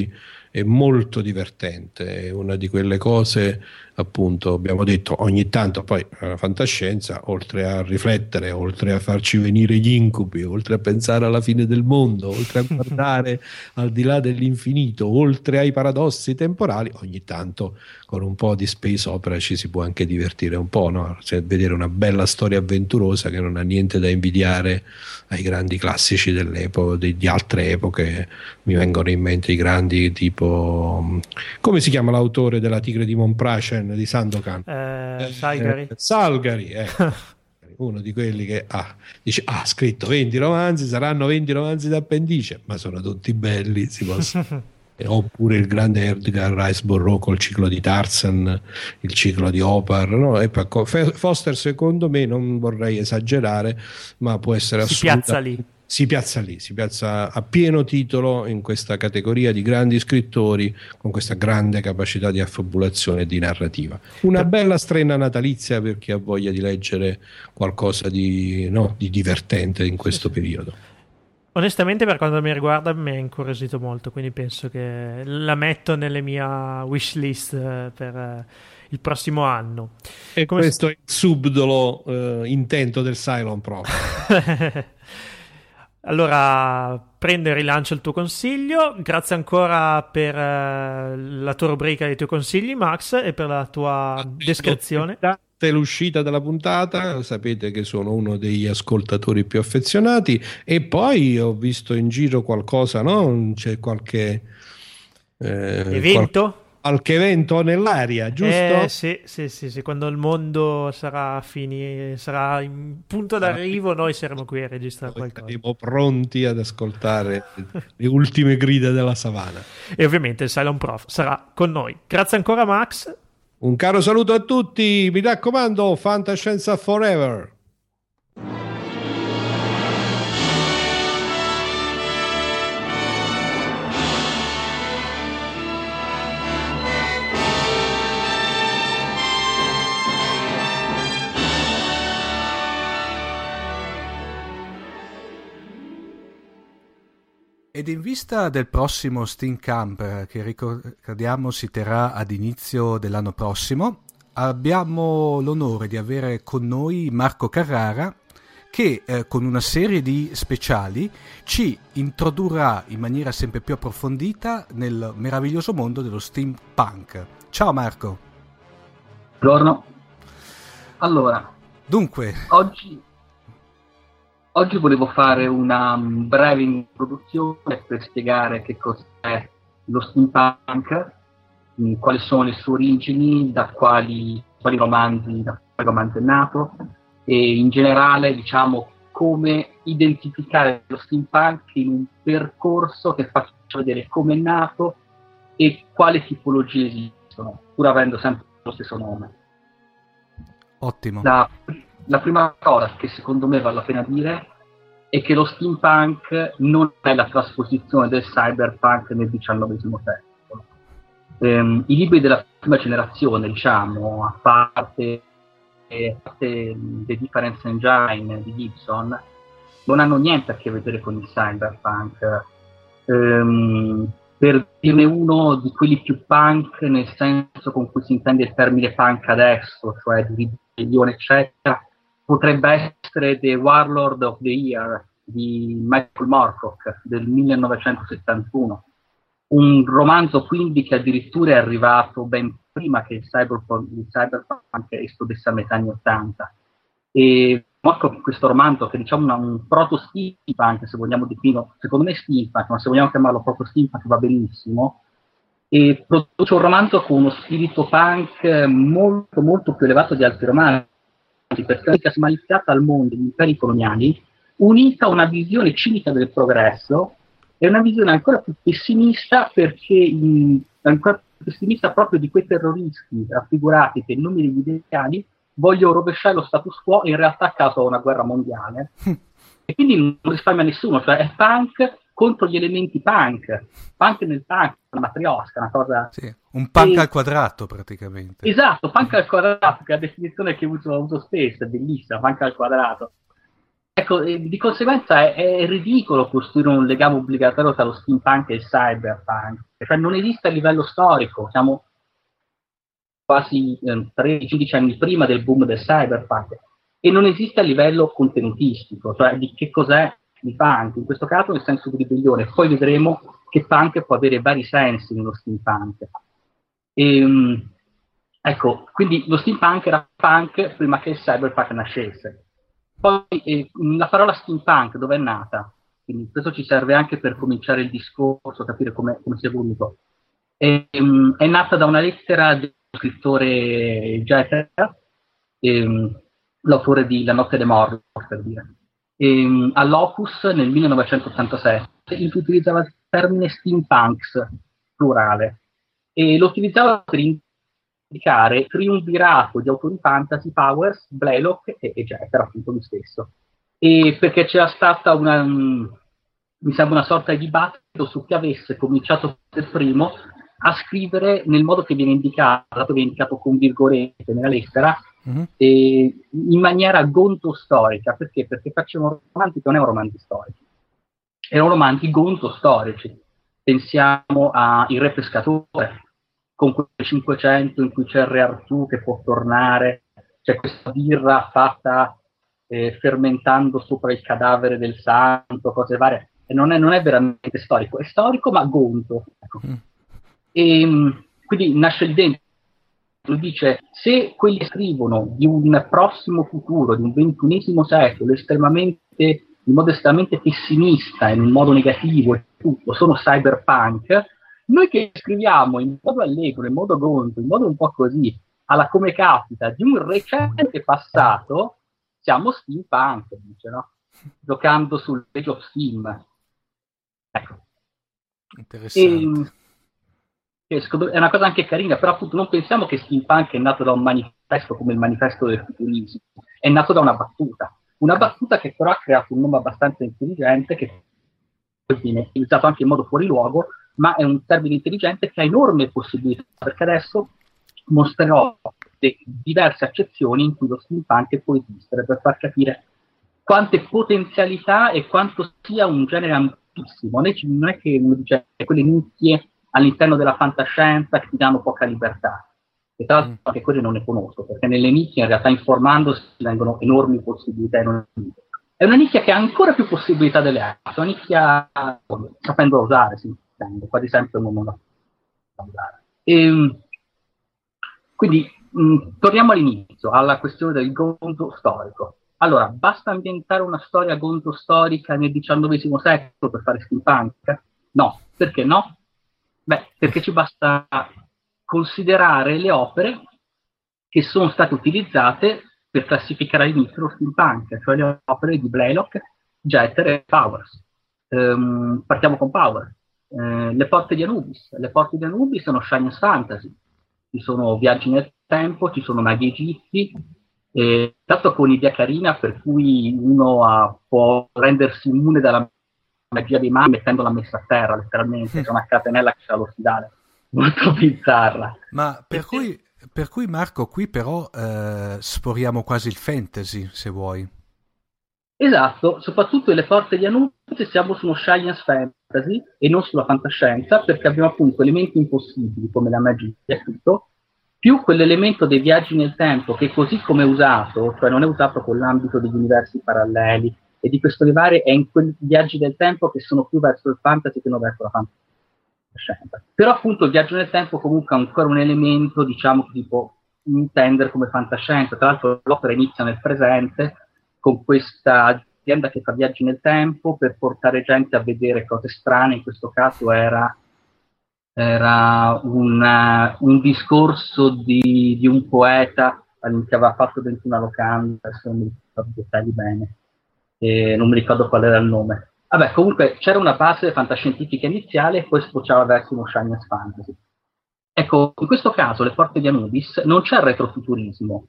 è molto divertente, è una di quelle cose, appunto, abbiamo detto ogni tanto, poi la fantascienza, oltre a riflettere, oltre a farci venire gli incubi, oltre a pensare alla fine del mondo, oltre a guardare al di là dell'infinito, oltre ai paradossi temporali, ogni tanto con un po' di space opera ci si può anche divertire un po', no? Cioè, vedere una bella storia avventurosa che non ha niente da invidiare ai grandi classici dell'epoca, di altre epoche. Mi vengono in mente i grandi, tipo, come si chiama l'autore della Tigre di Monpracen di Sandokan? Salgari. Salgari, uno di quelli che dice, ha scritto 20 romanzi, saranno 20 romanzi d'appendice, ma sono tutti belli, si possono. Oppure il grande Edgar Rice Burroughs col ciclo di Tarzan, il ciclo di Opar, no? E poi Foster, secondo me, non vorrei esagerare, ma può essere assolutamente, si piazza a pieno titolo in questa categoria di grandi scrittori con questa grande capacità di affabulazione e di narrativa. Una bella strenna natalizia per chi ha voglia di leggere qualcosa di divertente in questo periodo. Onestamente, per quanto mi riguarda, mi ha incuriosito molto, quindi penso che la metto nelle mia wish list per il prossimo anno. E questo è il subdolo intento del Cylon Pro. Allora, prendo e rilancio il tuo consiglio. Grazie ancora per la tua rubrica dei tuoi consigli, Max, e per la tua descrizione. L'uscita della puntata, sapete che sono uno degli ascoltatori più affezionati, e poi ho visto in giro qualcosa, no? C'è qualche evento? Qualche evento nell'aria, giusto? Sì, quando il mondo sarà in punto d'arrivo, noi saremo qui a registrare qualcosa. Saremo pronti ad ascoltare le ultime grida della savana. E ovviamente il Cylon Prof sarà con noi. Grazie ancora, Max. Un caro saluto a tutti, mi raccomando, fantascienza forever. Ed in vista del prossimo Steam Camp, che ricordiamo si terrà ad inizio dell'anno prossimo, abbiamo l'onore di avere con noi Marco Carrara, che con una serie di speciali ci introdurrà in maniera sempre più approfondita nel meraviglioso mondo dello steampunk. Ciao Marco. Buongiorno. Allora, dunque, Oggi volevo fare una breve introduzione per spiegare che cos'è lo steampunk, quali sono le sue origini, da quali romanzi è nato, e in generale, diciamo, come identificare lo steampunk in un percorso che faccia vedere come è nato e quale tipologie esistono, pur avendo sempre lo stesso nome. Ottimo. La prima cosa che secondo me vale la pena dire è che lo steampunk non è la trasposizione del cyberpunk nel XIX secolo. I libri della prima generazione, diciamo, a parte The Difference Engine di Gibson, non hanno niente a che vedere con il cyberpunk. Per dirne uno di quelli più punk, nel senso con cui si intende il termine punk adesso, cioè di ribellione, eccetera, potrebbe essere The Warlord of the Year di Michael Moorcock del 1971, un romanzo quindi che addirittura è arrivato ben prima che il cyberpunk esplodesse a metà anni 80. E Moorcock, questo romanzo, che diciamo un proto-steampunk, se vogliamo definirlo, secondo me steampunk, ma se vogliamo chiamarlo proprio steampunk va benissimo, e produce un romanzo con uno spirito punk molto molto più elevato di altri romanzi, perché è smaliziata al mondo degli imperi coloniali, unita a una visione cinica del progresso e una visione ancora più pessimista, perché ancora più pessimista proprio di quei terroristi raffigurati che in nome degli ideali vogliono rovesciare lo status quo in realtà a causa di una guerra mondiale. E quindi non risparmia nessuno, cioè è punk contro gli elementi punk nel punk, una matriosca, una cosa... Sì, un punk al quadrato praticamente. Esatto, punk al quadrato, che è la definizione che uso spesso, è bellissima, punk al quadrato. Ecco, di conseguenza è ridicolo costruire un legame obbligatorio tra lo steampunk e il cyberpunk. cioè non esiste a livello storico, siamo quasi 13-15 anni prima del boom del cyberpunk, e non esiste a livello contenutistico, cioè di che cos'è il punk, in questo caso nel senso di ribellione. Poi vedremo che punk può avere vari sensi nello steampunk. Ecco, quindi lo steampunk era punk prima che il cyberpunk nascesse. Poi la parola steampunk dove è nata? Quindi questo ci serve anche per cominciare il discorso, capire come si è evoluto. È nata da una lettera dello scrittore Jeter, l'autore di La notte dei morti, per dire, all'Opus nel 1987, in cui utilizzava il termine steampunks, plurale, e lo utilizzava per indicare triumvirato di autori fantasy, Powers, Blaylock e Jeter, appunto lui stesso. E perché c'era stata mi sembra una sorta di dibattito su chi avesse cominciato per primo a scrivere nel modo che viene indicato con virgolette nella lettera, in maniera gonto-storica. Perché? Perché facevano romanzi che non erano romanzi storici, erano romanzi gonto-storici. Pensiamo a Il Re Pescatore, con quel 500 in cui c'è il Re Artù che può tornare, c'è questa birra fatta fermentando sopra il cadavere del santo, cose varie, e non è veramente storico, è storico ma gonto. Ecco. E quindi nasce lì dentro, dice: se quelli che scrivono di un prossimo futuro, di un XXI secolo, in modo estremamente pessimista, in un modo negativo e tutto, sono cyberpunk, noi che scriviamo in modo allegro, in modo gonto, in modo un po' così, alla come capita, di un recente passato, siamo steampunk, dice, no? Giocando sul Age of Steam. Ecco. Interessante. È una cosa anche carina, però appunto non pensiamo che steampunk è nato da un manifesto come il manifesto del futurismo, è nato da una battuta che però ha creato un nome abbastanza intelligente, che viene utilizzato anche in modo fuori luogo, ma è un termine intelligente che ha enormi possibilità, perché adesso mostrerò diverse accezioni in cui lo steampunk può esistere, per far capire quante potenzialità e quanto sia un genere ampissimo. Non è che uno dice quelle nicchie all'interno della fantascienza che ti danno poca libertà, e tra l'altro anche quelle non ne conosco, perché nelle nicchie in realtà informandosi vengono enormi possibilità. È una nicchia che ha ancora più possibilità delle altre, una nicchia sapendo usare, si intende, quasi sempre non la sa usare. Quindi torniamo all'inizio, alla questione del gonzo storico. Allora, basta ambientare una storia gonzo storica nel XIX secolo per fare steampunk? No. Perché no? Beh, perché ci basta considerare le opere che sono state utilizzate per classificare all'inizio lo steampunk, cioè le opere di Blaylock, Jeter e Powers. Partiamo con Powers. Le porte di Anubis. Le porte di Anubis sono science fantasy. Ci sono viaggi nel tempo, ci sono maghi egizi, tanto con un'idea carina per cui uno può rendersi immune dalla magia dei maghi mettendola messa a terra, letteralmente. C'è una catenella che c'è all'ospedale, molto bizzarra. Ma per cui Marco, qui però sforiamo quasi il fantasy, se vuoi. Esatto, soprattutto nelle porte di Anubis siamo su uno science fantasy e non sulla fantascienza, perché abbiamo appunto elementi impossibili come la magia e tutto, più quell'elemento dei viaggi nel tempo che così come è usato, cioè non è usato con l'ambito degli universi paralleli e di questo levare, è in quei viaggi del tempo che sono più verso il fantasy che non verso la fantascienza. Però appunto il viaggio nel tempo comunque è ancora un elemento, diciamo, che si può intendere come fantascienza. Tra l'altro l'opera inizia nel presente con questa azienda che fa viaggi nel tempo per portare gente a vedere cose strane. In questo caso era un discorso di un poeta che aveva fatto dentro una locanda, adesso non mi ricordo i dettagli bene, non mi ricordo qual era il nome. Vabbè, comunque c'era una base fantascientifica iniziale e poi sfociava verso uno science fantasy. Ecco, in questo caso le porte di Anubis non c'è retrofuturismo,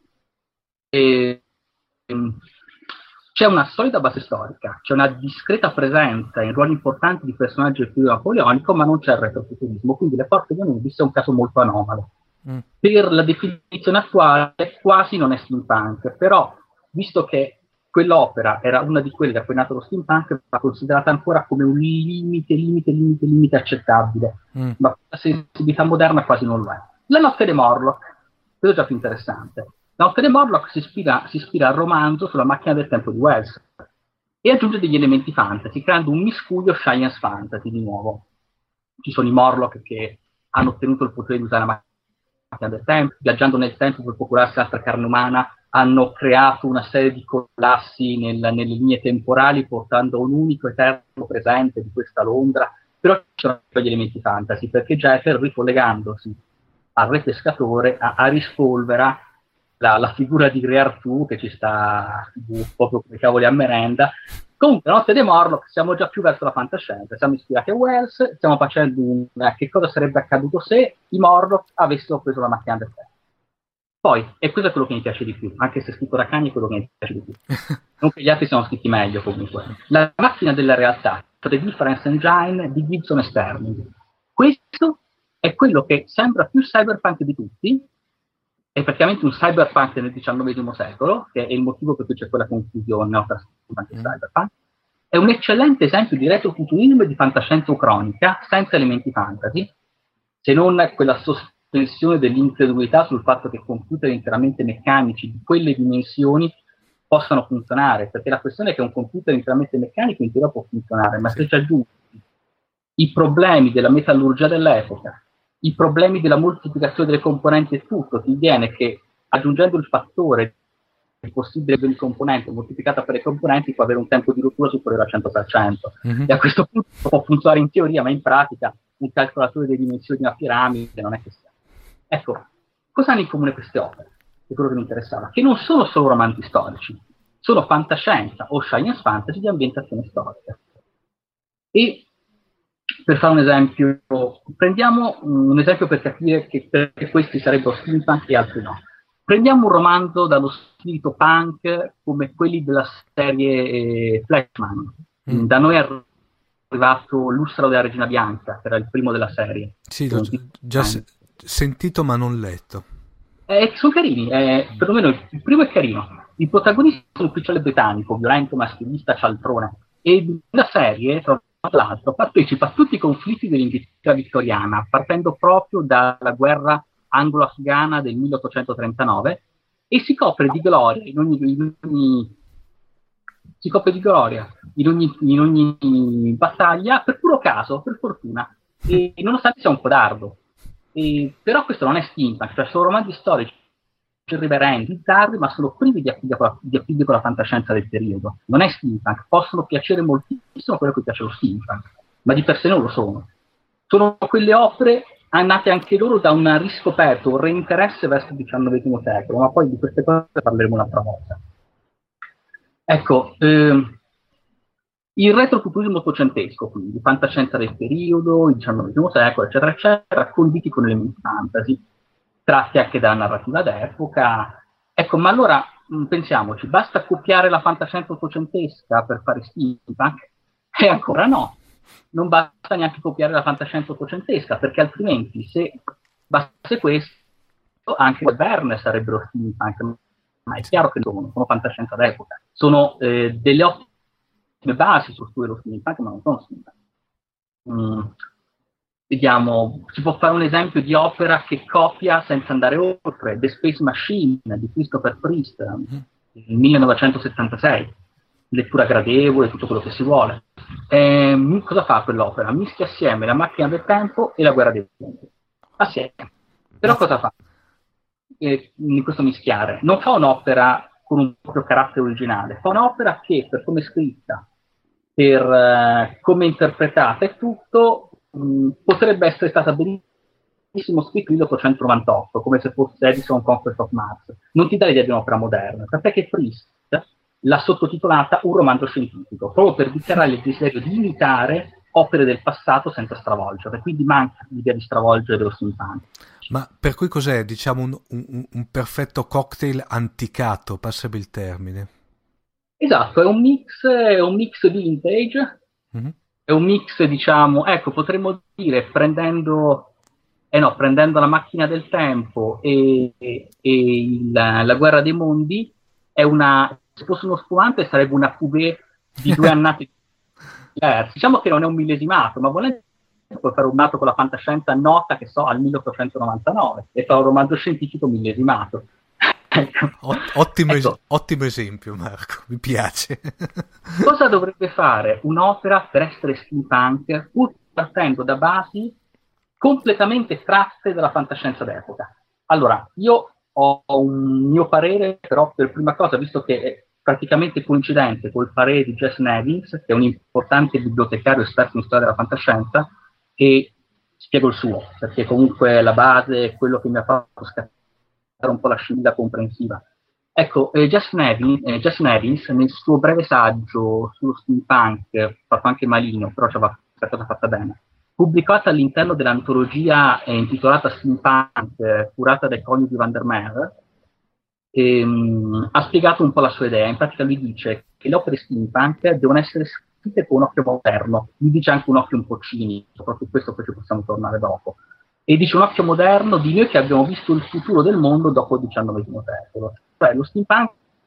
c'è una solida base storica, c'è una discreta presenza in ruoli importanti di personaggi del periodo napoleonico, ma non c'è il retrofuturismo, quindi le porte di Anubis è un caso molto anomalo. Per la definizione attuale quasi non è steampunk, però visto che quell'opera era una di quelle da cui è nato lo steampunk, ma considerata ancora come un limite accettabile, ma la sensibilità moderna quasi non lo è. La notte dei Morlock, questo è già più interessante. La notte dei Morlock si ispira al romanzo sulla macchina del tempo di Wells e aggiunge degli elementi fantasy, creando un miscuglio science fantasy di nuovo. Ci sono i Morlock che hanno ottenuto il potere di usare la macchina del tempo, viaggiando nel tempo per procurarsi altra carne umana, hanno creato una serie di collassi nelle linee temporali, portando un unico eterno presente di questa Londra, però ci sono gli elementi fantasy, perché Jeter, ricollegandosi al re pescatore, a rispolvera la figura di Re Artù, che ci sta proprio come cavoli a merenda. Comunque, la notte dei Morlock siamo già più verso la fantascienza, siamo ispirati a Wells, stiamo facendo che cosa sarebbe accaduto se i Morlock avessero preso la macchina del tempo. Poi, e questo è quello che mi piace di più, anche se è scritto da cani è quello che mi piace di più. Non che gli altri siano scritti meglio comunque. La macchina della realtà, The Difference Engine di Gibson e Sterling. Questo è quello che sembra più cyberpunk di tutti, è praticamente un cyberpunk nel XIX secolo, che è il motivo per cui c'è quella confusione tra steampunk e cyberpunk. È un eccellente esempio di retrofuturismo e di fantascienza ucronica, senza elementi fantasy, se non quella sospensione dell'incredulità sul fatto che computer interamente meccanici di quelle dimensioni possano funzionare, perché la questione è che un computer interamente meccanico in teoria può funzionare, ma se ci aggiungi i problemi della metallurgia dell'epoca, i problemi della moltiplicazione delle componenti e tutto, ti viene che aggiungendo il fattore possibile di ogni componente moltiplicata per le componenti può avere un tempo di rottura superiore al 100%. E a questo punto può funzionare in teoria, ma in pratica un calcolatore delle dimensioni di una piramide non è che sia. Ecco, cosa hanno in comune queste opere? È quello che mi interessava, che non sono solo romanzi storici, sono fantascienza o science fantasy di ambientazione storica. E per fare un esempio, prendiamo un esempio per capire che perché questi sarebbero steampunk e altri no. Prendiamo un romanzo dallo spirito punk come quelli della serie Flashman. Da noi è arrivato L'Ussaro della Regina Bianca, che era il primo della serie. Sì, l'ho già sentito ma non letto. Sono carini, perlomeno il primo è carino. Il protagonista è un ufficiale britannico, violento, maschilista, cialtrone, e la serie, tra l'altro, partecipa a tutti i conflitti dell'Inghilterra vittoriana, partendo proprio dalla guerra anglo-afghana del 1839, e si copre di gloria in ogni battaglia per puro caso, per fortuna, e nonostante sia un codardo. Però questo non è steampunk, cioè sono romanzi storici irriverenti, bizzarri, ma sono privi di appiglio con la fantascienza del periodo. Non è steampunk, possono piacere moltissimo quello che piace lo steampunk, ma di per sé non lo sono. Sono quelle opere nate anche loro da un riscoperto, un reinteresse verso il XIX secolo, ma poi di queste cose parleremo un'altra volta. Ecco, il retrofuturismo ottocentesco, quindi fantascienza del periodo, il XIX secolo, eccetera, eccetera, conditi con elementi fantasy, tratti anche dalla narrativa d'epoca. Ecco, ma allora pensiamoci, basta copiare la fantascienza ottocentesca per fare steampunk? E ancora no. Non basta neanche copiare la fantascienza ottocentesca, perché altrimenti, se bastasse questo, anche le Verne sarebbero steampunk, ma è chiaro che sono fantascienza d'epoca. Sono delle ottime basi su cui lo steampunk, ma non sono steampunk. Vediamo, si può fare un esempio di opera che copia senza andare oltre, The Space Machine di Christopher Priest, nel 1976. Lettura gradevole, tutto quello che si vuole. Cosa fa quell'opera? Mischia assieme La macchina del tempo e La guerra dei mondi. Assieme. Però cosa fa? In questo mischiare? Non fa un'opera con un proprio carattere originale, fa un'opera che, per come è scritta, per come è interpretata e tutto, potrebbe essere stata benissimo scritta nel 1898, come se fosse Edison Conquest of Mars. Non ti dà l'idea di un'opera moderna, perché Priest l'ha sottotitolata Un romanzo scientifico, proprio per dichiarare il desiderio di imitare opere del passato senza stravolgere, quindi manca l'idea di stravolgere dello steampunk. Ma per cui cos'è, diciamo, un perfetto cocktail anticato, passami il termine? Esatto, è un mix vintage, è un mix, diciamo, ecco, potremmo dire, prendendo la macchina del tempo e la guerra dei mondi, è una se fosse uno spumante sarebbe una cuvée di 2 annate diverse. Diciamo che non è un millesimato, ma volendo puoi fare un nato con la fantascienza nota, che so, al 1899 e fare un romanzo scientifico millesimato. Ecco. Ottimo esempio, Marco, mi piace. Cosa dovrebbe fare un'opera per essere steampunk, pur partendo da basi completamente tratte dalla fantascienza d'epoca? Allora, io ho un mio parere, però per prima cosa, visto che è praticamente coincidente col parere di Jess Nevins, che è un importante bibliotecario esperto in storia della fantascienza, e spiego il suo, perché comunque la base è quello che mi ha fatto scattare un po' la scintilla comprensiva. Ecco, Jess Nevins nel suo breve saggio sullo steampunk, fatto anche malino, però c'aveva questa cosa fatta bene, pubblicata all'interno dell'antologia intitolata Steampunk, curata dai coniugi Van der Meer, ha spiegato un po' la sua idea. In pratica lui dice che le opere steampunk devono essere scritte con un occhio moderno, lui dice anche un occhio un po' cinico, proprio questo poi ci possiamo tornare dopo, e dice un occhio moderno di noi che abbiamo visto il futuro del mondo dopo il XIX secolo. Cioè lo steampunk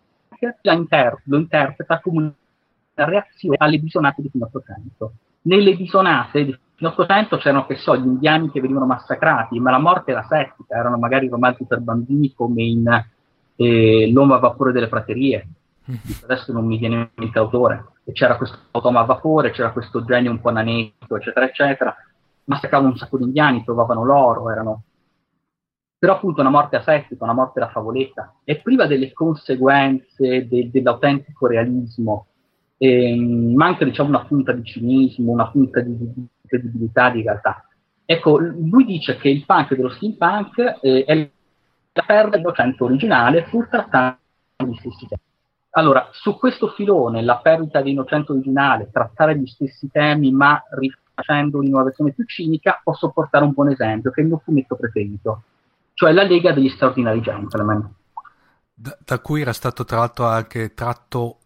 lo interpreta come una reazione alle bisonate di fine 800. Nelle bisonate di fine 800 c'erano, che so, gli indiani che venivano massacrati, ma la morte era settica, erano magari romanzi per bambini come in L'uomo a vapore delle praterie, adesso non mi viene in mente autore, e c'era questo uomo a vapore, c'era questo genio un po' nanetto, eccetera eccetera, massacravano un sacco di indiani, trovavano l'oro, erano però appunto una morte asettica, una morte da favoletta, e priva delle conseguenze dell'autentico realismo, ma anche, diciamo, una punta di cinismo, una punta di credibilità di realtà. Ecco, lui dice che il punk dello steampunk è la perdita dell'Ottocento originale, pur trattando gli stessi temi. Allora, su questo filone, la perdita dell'Ottocento originale, trattare gli stessi temi ma rifacendoli in una versione più cinica, posso portare un buon esempio, che è il mio fumetto preferito, cioè La Lega degli Straordinari Gentlemen. Da cui era stato tra l'altro anche tratto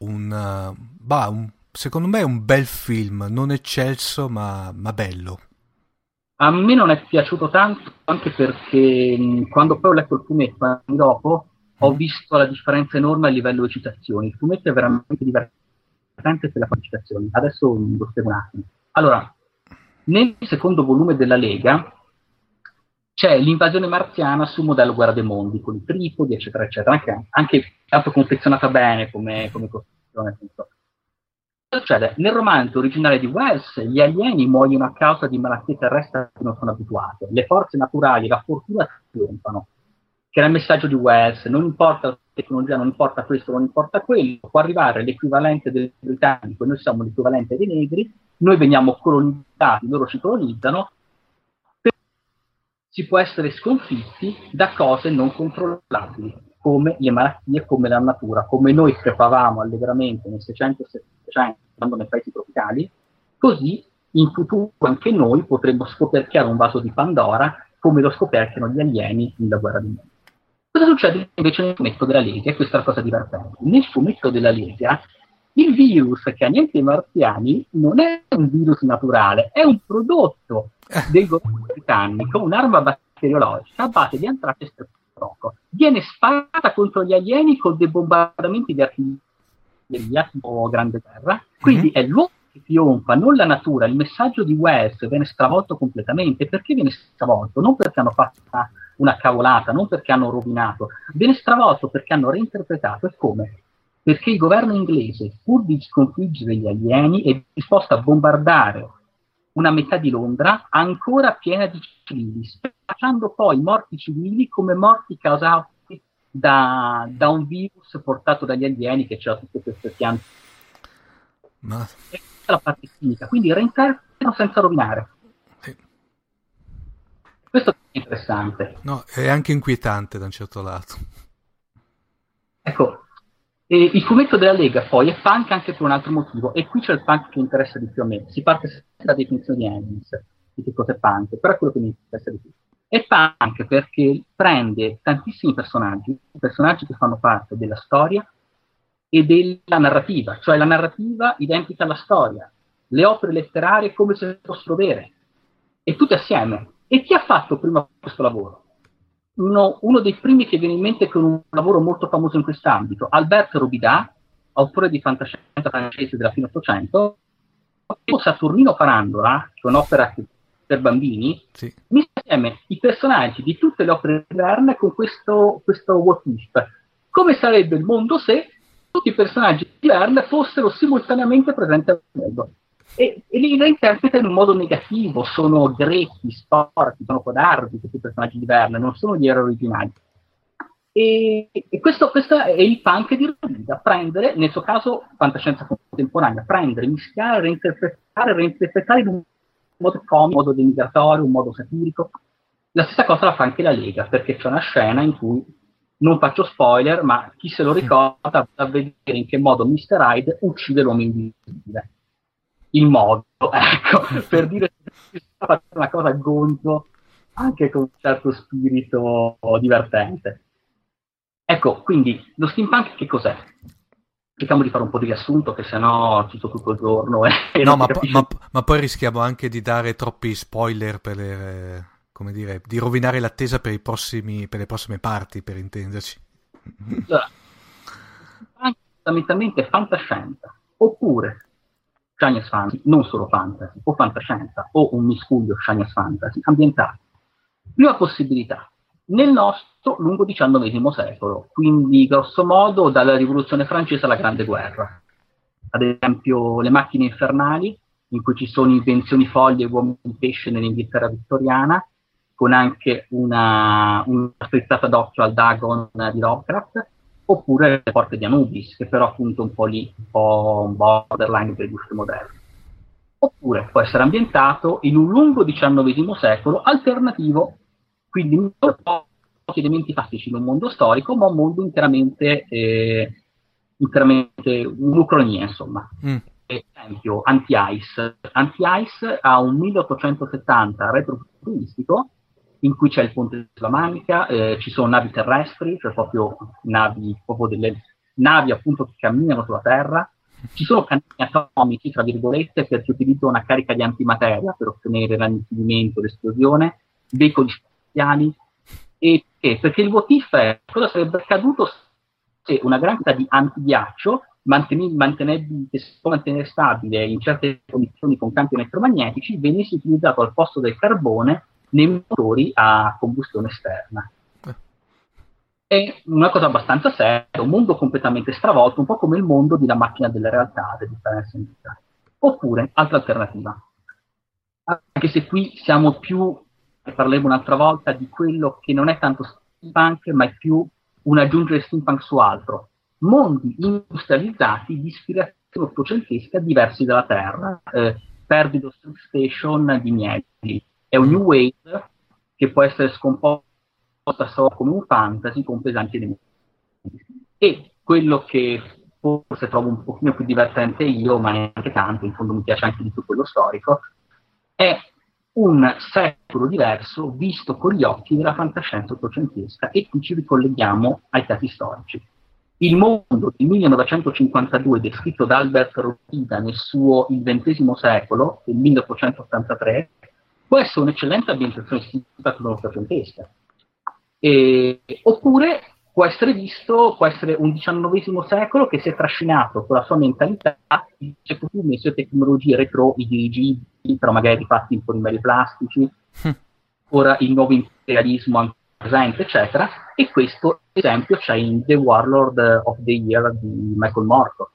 secondo me un bel film, non eccelso ma bello. A me non è piaciuto tanto, anche perché quando poi ho letto il fumetto anni dopo, ho visto la differenza enorme a livello di citazioni. Il fumetto è veramente divertente per le citazioni. Adesso lo spiego un attimo. Allora, nel secondo volume della Lega c'è l'invasione marziana sul modello Guerra dei Mondi, con i tripodi, eccetera, eccetera, anche tanto confezionata bene come costruzione. Cosa succede? Nel romanzo originale di Wells, gli alieni muoiono a causa di malattie terrestri a cui non sono abituate. Le forze naturali e la fortuna trionfano. Che era il messaggio di Wells: non importa la tecnologia, non importa questo, non importa quello, può arrivare l'equivalente del britannico, noi siamo l'equivalente dei negri, noi veniamo colonizzati, loro ci colonizzano, si può essere sconfitti da cose non controllabili, come le malattie, come la natura, come noi crepavamo allegramente nel 600 e 700, quando nei paesi tropicali, così in futuro anche noi potremmo scoperchiare un vaso di Pandora, come lo scoperchiano gli alieni nella Guerra dei Mondi. Cosa succede invece nel fumetto della Lega? Questa è la cosa divertente. Nel fumetto della Lega, il virus che ha niente i marziani non è un virus naturale, è un prodotto del governo britannico, un'arma batteriologica a base di antrace e streptococcus. Viene sparata contro gli alieni con dei bombardamenti di artiglieria tipo Grande Terra, quindi è l'uomo che trionfa, non la natura. Il messaggio di Wells viene stravolto completamente. Perché viene stravolto? Non perché hanno fatto una cavolata, non perché hanno rovinato, viene stravolto perché hanno reinterpretato. E come? Perché il governo inglese, pur di sconfiggere gli alieni, è disposto a bombardare una metà di Londra ancora piena di civili, spacciando poi i morti civili come morti causati da un virus portato dagli alieni, che c'era tutte queste piante. Ma... E la parte chimica, quindi reinterpretano senza rovinare. Sì. Questo è interessante. No, è anche inquietante da un certo lato. Ecco, il fumetto della Lega poi è punk anche per un altro motivo, e qui c'è il punk che interessa di più a me. Si parte sempre dalla definizione di Engels, di che cos'è punk, però è quello che mi interessa di più. È punk perché prende tantissimi personaggi che fanno parte della storia e della narrativa, cioè la narrativa identica alla storia, le opere letterarie come se fossero vere, e tutte assieme. E chi ha fatto prima questo lavoro? Uno dei primi che viene in mente con un lavoro molto famoso in quest'ambito, Alberto Robida, autore di fantascienza francese della fine Ottocento, Saturnino Parandola, che è un'opera per bambini, sì, mise insieme i personaggi di tutte le opere di Verne con questo what if. Come sarebbe il mondo se tutti i personaggi di Verne fossero simultaneamente presenti al mondo? E li reinterpreta in un modo negativo, sono grechi, storti, sono codardi questi personaggi di Verne, non sono gli eroi originali. E questo è il punk di Romita, prendere, nel suo caso fantascienza contemporanea, prendere, mischiare, reinterpretare in un modo comico, un modo denigratorio, un modo satirico. La stessa cosa la fa anche la Lega, perché c'è una scena in cui, non faccio spoiler, ma chi se lo ricorda a vedere in che modo Mr. Hyde uccide l'uomo invisibile. Il modo, ecco, per dire che sta facendo una cosa gonzo, anche con un certo spirito divertente. Ecco, quindi lo steampunk che cos'è? Cerchiamo di fare un po' di riassunto, che sennò ci sto tutto il giorno. No, ma poi rischiamo anche di dare troppi spoiler per come dire, di rovinare l'attesa per le prossime parti, per intenderci. Allora, fondamentalmente fantascienza, oppure science fantasy, non solo fantasy, o fantascienza, o un miscuglio science fantasy, ambientato. Prima possibilità, nel nostro lungo XIX secolo, quindi grosso modo dalla rivoluzione francese alla Grande Guerra. Ad esempio le macchine infernali, in cui ci sono invenzioni folli e uomini di pesce nell'Inghilterra vittoriana, con anche una strizzata d'occhio al Dagon di Lovecraft, oppure le porte di Anubis, che però appunto un po' lì, un po' borderline per i gusti moderni. Oppure può essere ambientato in un lungo XIX secolo alternativo, quindi non pochi elementi fattici in un mondo storico, ma un mondo interamente un'ucronia, insomma. Per esempio, Anti-Ice. Anti-Ice ha un 1870 retrofuturistico, in cui c'è il ponte sulla Manica, ci sono navi terrestri, cioè proprio delle navi appunto che camminano sulla Terra, ci sono cannoni atomici, tra virgolette, perché utilizzano una carica di antimateria per ottenere l'annichilimento, l'esplosione, veicoli spaziali, e perché il what if è cosa sarebbe accaduto se una gran quantità di antighiaccio che si può mantenere stabile in certe condizioni con campi elettromagnetici venisse utilizzato al posto del carbone nei motori a combustione esterna. È una cosa abbastanza seria, un mondo completamente stravolto, un po' come il mondo di La macchina della realtà di Terence Malick. Oppure, altra alternativa, anche se qui siamo più, parleremo un'altra volta, di quello che non è tanto steampunk, ma è più un aggiungere steampunk su altro. Mondi industrializzati di ispirazione ottocentesca diversi dalla Terra, Perdido Street Station di Mieli. È un new wave che può essere scomposta solo come un fantasy con pesanti elementi. E quello che forse trovo un pochino più divertente io, ma neanche tanto, in fondo mi piace anche di più quello storico, è un secolo diverso visto con gli occhi della fantascienza ottocentesca, e qui ci ricolleghiamo ai dati storici. Il mondo del 1952 descritto da Albert Robida nel suo Il XX secolo, del 1883, può essere un'eccellente ambientazione ottocentesca. Oppure può essere un XIX secolo che si è trascinato con la sua mentalità, i suoi costumi, le sue tecnologie retro, i dirigibili, però magari fatti in polimeri plastici, ora il nuovo imperialismo anche presente, eccetera, e questo, ad esempio, c'è in The Warlord of the Year di Michael Moorcock.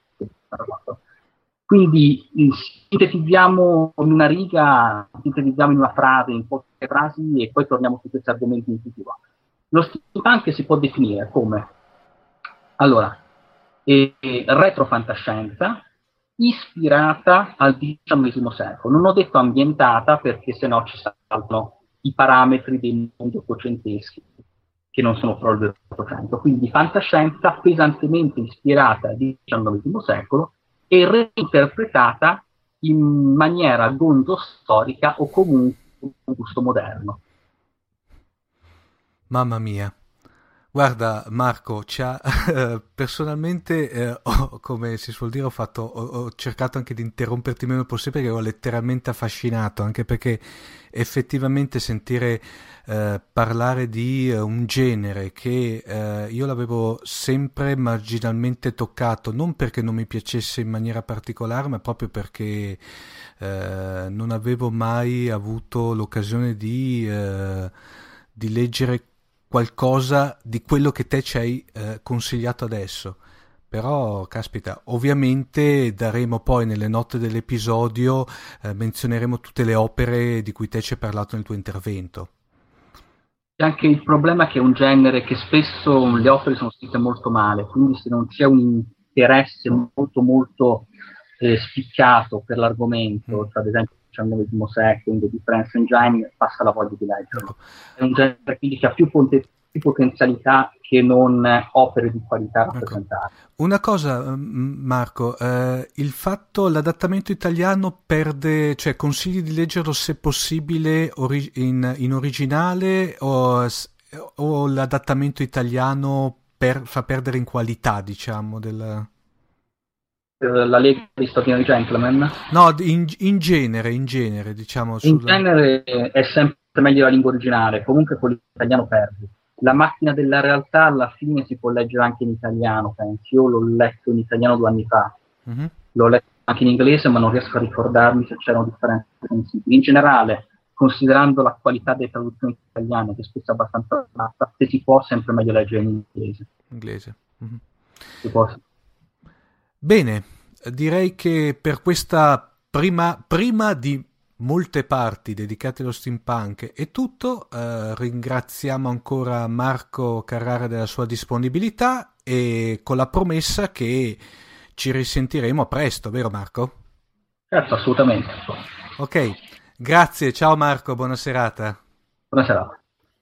Quindi sintetizziamo in una riga, sintetizziamo in una frase, in poche frasi, e poi torniamo su questi argomenti in futuro. Lo steampunk si può definire come, allora, retrofantascienza ispirata al XIX secolo. Non ho detto ambientata perché sennò ci saltano i parametri dei mondi ottocenteschi, che non sono proprio dell'Ottocento. Quindi fantascienza pesantemente ispirata al XIX secolo e reinterpretata in maniera gonzo storica o comunque con gusto moderno. Mamma mia, Guarda Marco, personalmente, come si suol dire, ho cercato anche di interromperti il meno possibile, perché ero letteralmente affascinato, anche perché effettivamente sentire parlare di un genere che io l'avevo sempre marginalmente toccato, non perché non mi piacesse in maniera particolare, ma proprio perché non avevo mai avuto l'occasione di leggere qualcosa di quello che te ci hai consigliato adesso. Però, caspita, ovviamente daremo poi nelle note dell'episodio, menzioneremo tutte le opere di cui te ci hai parlato nel tuo intervento. C'è anche il problema che è un genere che spesso le opere sono scritte molto male, quindi se non c'è un interesse molto spiccato per l'argomento, cioè ad esempio il XIX secolo di French Engine, passa la voglia di leggerlo. È un genere quindi che ha più potenzialità che non opere di qualità rappresentate. Una cosa, Marco, il fatto, l'adattamento italiano perde, cioè consigli di leggerlo se possibile in originale, o l'adattamento italiano fa perdere in qualità, diciamo, La Lega di Straordinari Gentleman? No, in genere, diciamo. In genere è sempre meglio la lingua originale, comunque con l'italiano perdi. La macchina della realtà alla fine si può leggere anche in italiano, penso. Io l'ho letto in italiano 2 anni fa, l'ho letto anche in inglese, ma non riesco a ricordarmi se c'erano differenze. In generale, considerando la qualità delle traduzioni italiane, che spesso è abbastanza bassa, se si può sempre meglio leggere in inglese. Si può. Bene, direi che per questa prima di molte parti dedicate allo steampunk è tutto. Ringraziamo ancora Marco Carrara della sua disponibilità, e con la promessa che ci risentiremo a presto, vero Marco? Certo, assolutamente. Ok, grazie, ciao Marco, buona serata. Buona serata.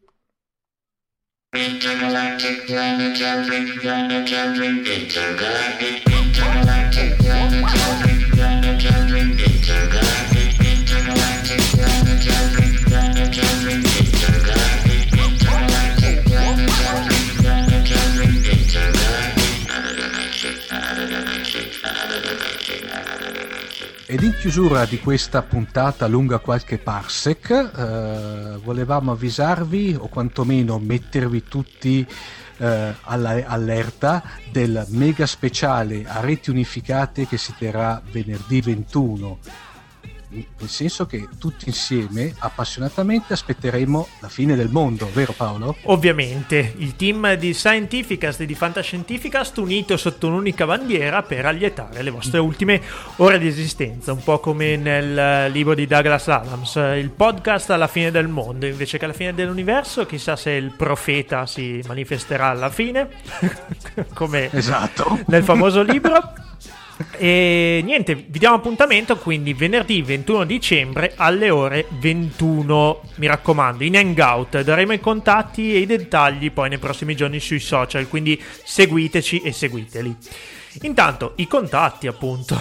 Ed in chiusura di questa puntata lunga qualche parsec, volevamo avvisarvi, o quantomeno mettervi tutti all'erta del mega speciale a reti unificate che si terrà venerdì 21, nel senso che tutti insieme appassionatamente aspetteremo la fine del mondo, vero Paolo? Ovviamente, il team di Scientificast e di Fantascientificast unito sotto un'unica bandiera per allietare le vostre ultime ore di esistenza, un po' come nel libro di Douglas Adams, il podcast alla fine del mondo invece che alla fine dell'universo. Chissà se il profeta si manifesterà alla fine come esatto, nel famoso libro. E niente, vi diamo appuntamento quindi venerdì 21 dicembre alle ore 21, mi raccomando, in Hangout. Daremo i contatti e i dettagli poi nei prossimi giorni sui social, quindi seguiteci e seguiteli. Intanto i contatti, appunto,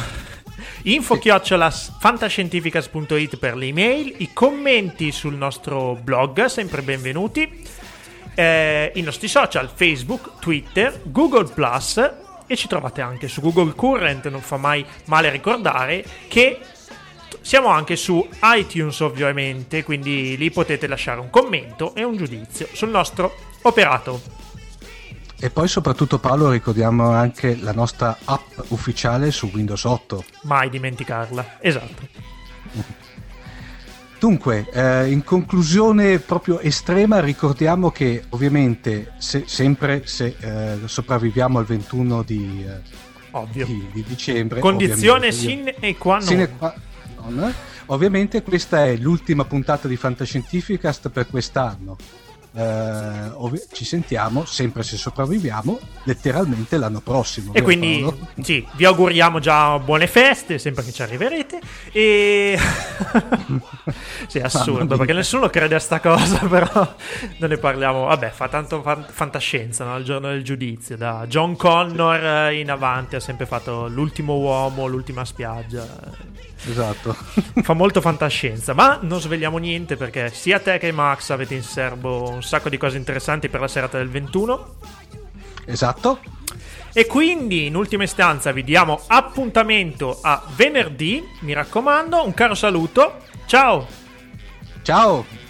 info@fantascientificas.it per le email, i commenti sul nostro blog sempre benvenuti, i nostri social Facebook, Twitter, Google Plus, e ci trovate anche su Google Current. Non fa mai male ricordare che siamo anche su iTunes, ovviamente, quindi lì potete lasciare un commento e un giudizio sul nostro operato. E poi soprattutto, Paolo, ricordiamo anche la nostra app ufficiale su Windows 8. Mai dimenticarla, esatto. Dunque, in conclusione proprio estrema, ricordiamo che ovviamente se sopravviviamo al 21 di dicembre, condizione sine qua non. Ovviamente questa è l'ultima puntata di Fantascientificast per quest'anno. Ci sentiamo, sempre se sopravviviamo, letteralmente l'anno prossimo. E quindi sì, vi auguriamo già buone feste, sempre che ci arriverete. E sì, è assurdo perché nessuno crede a sta cosa, però non ne parliamo. Vabbè, fa tanto fantascienza, no? Il giorno del giudizio, da John Connor in avanti ha sempre fatto l'ultimo uomo, l'ultima spiaggia. Esatto. Fa molto fantascienza, ma non sveliamo niente perché sia te che Max avete in serbo un un sacco di cose interessanti per la serata del 21. Esatto. E quindi in ultima istanza vi diamo appuntamento a venerdì, mi raccomando, un caro saluto, ciao! Ciao!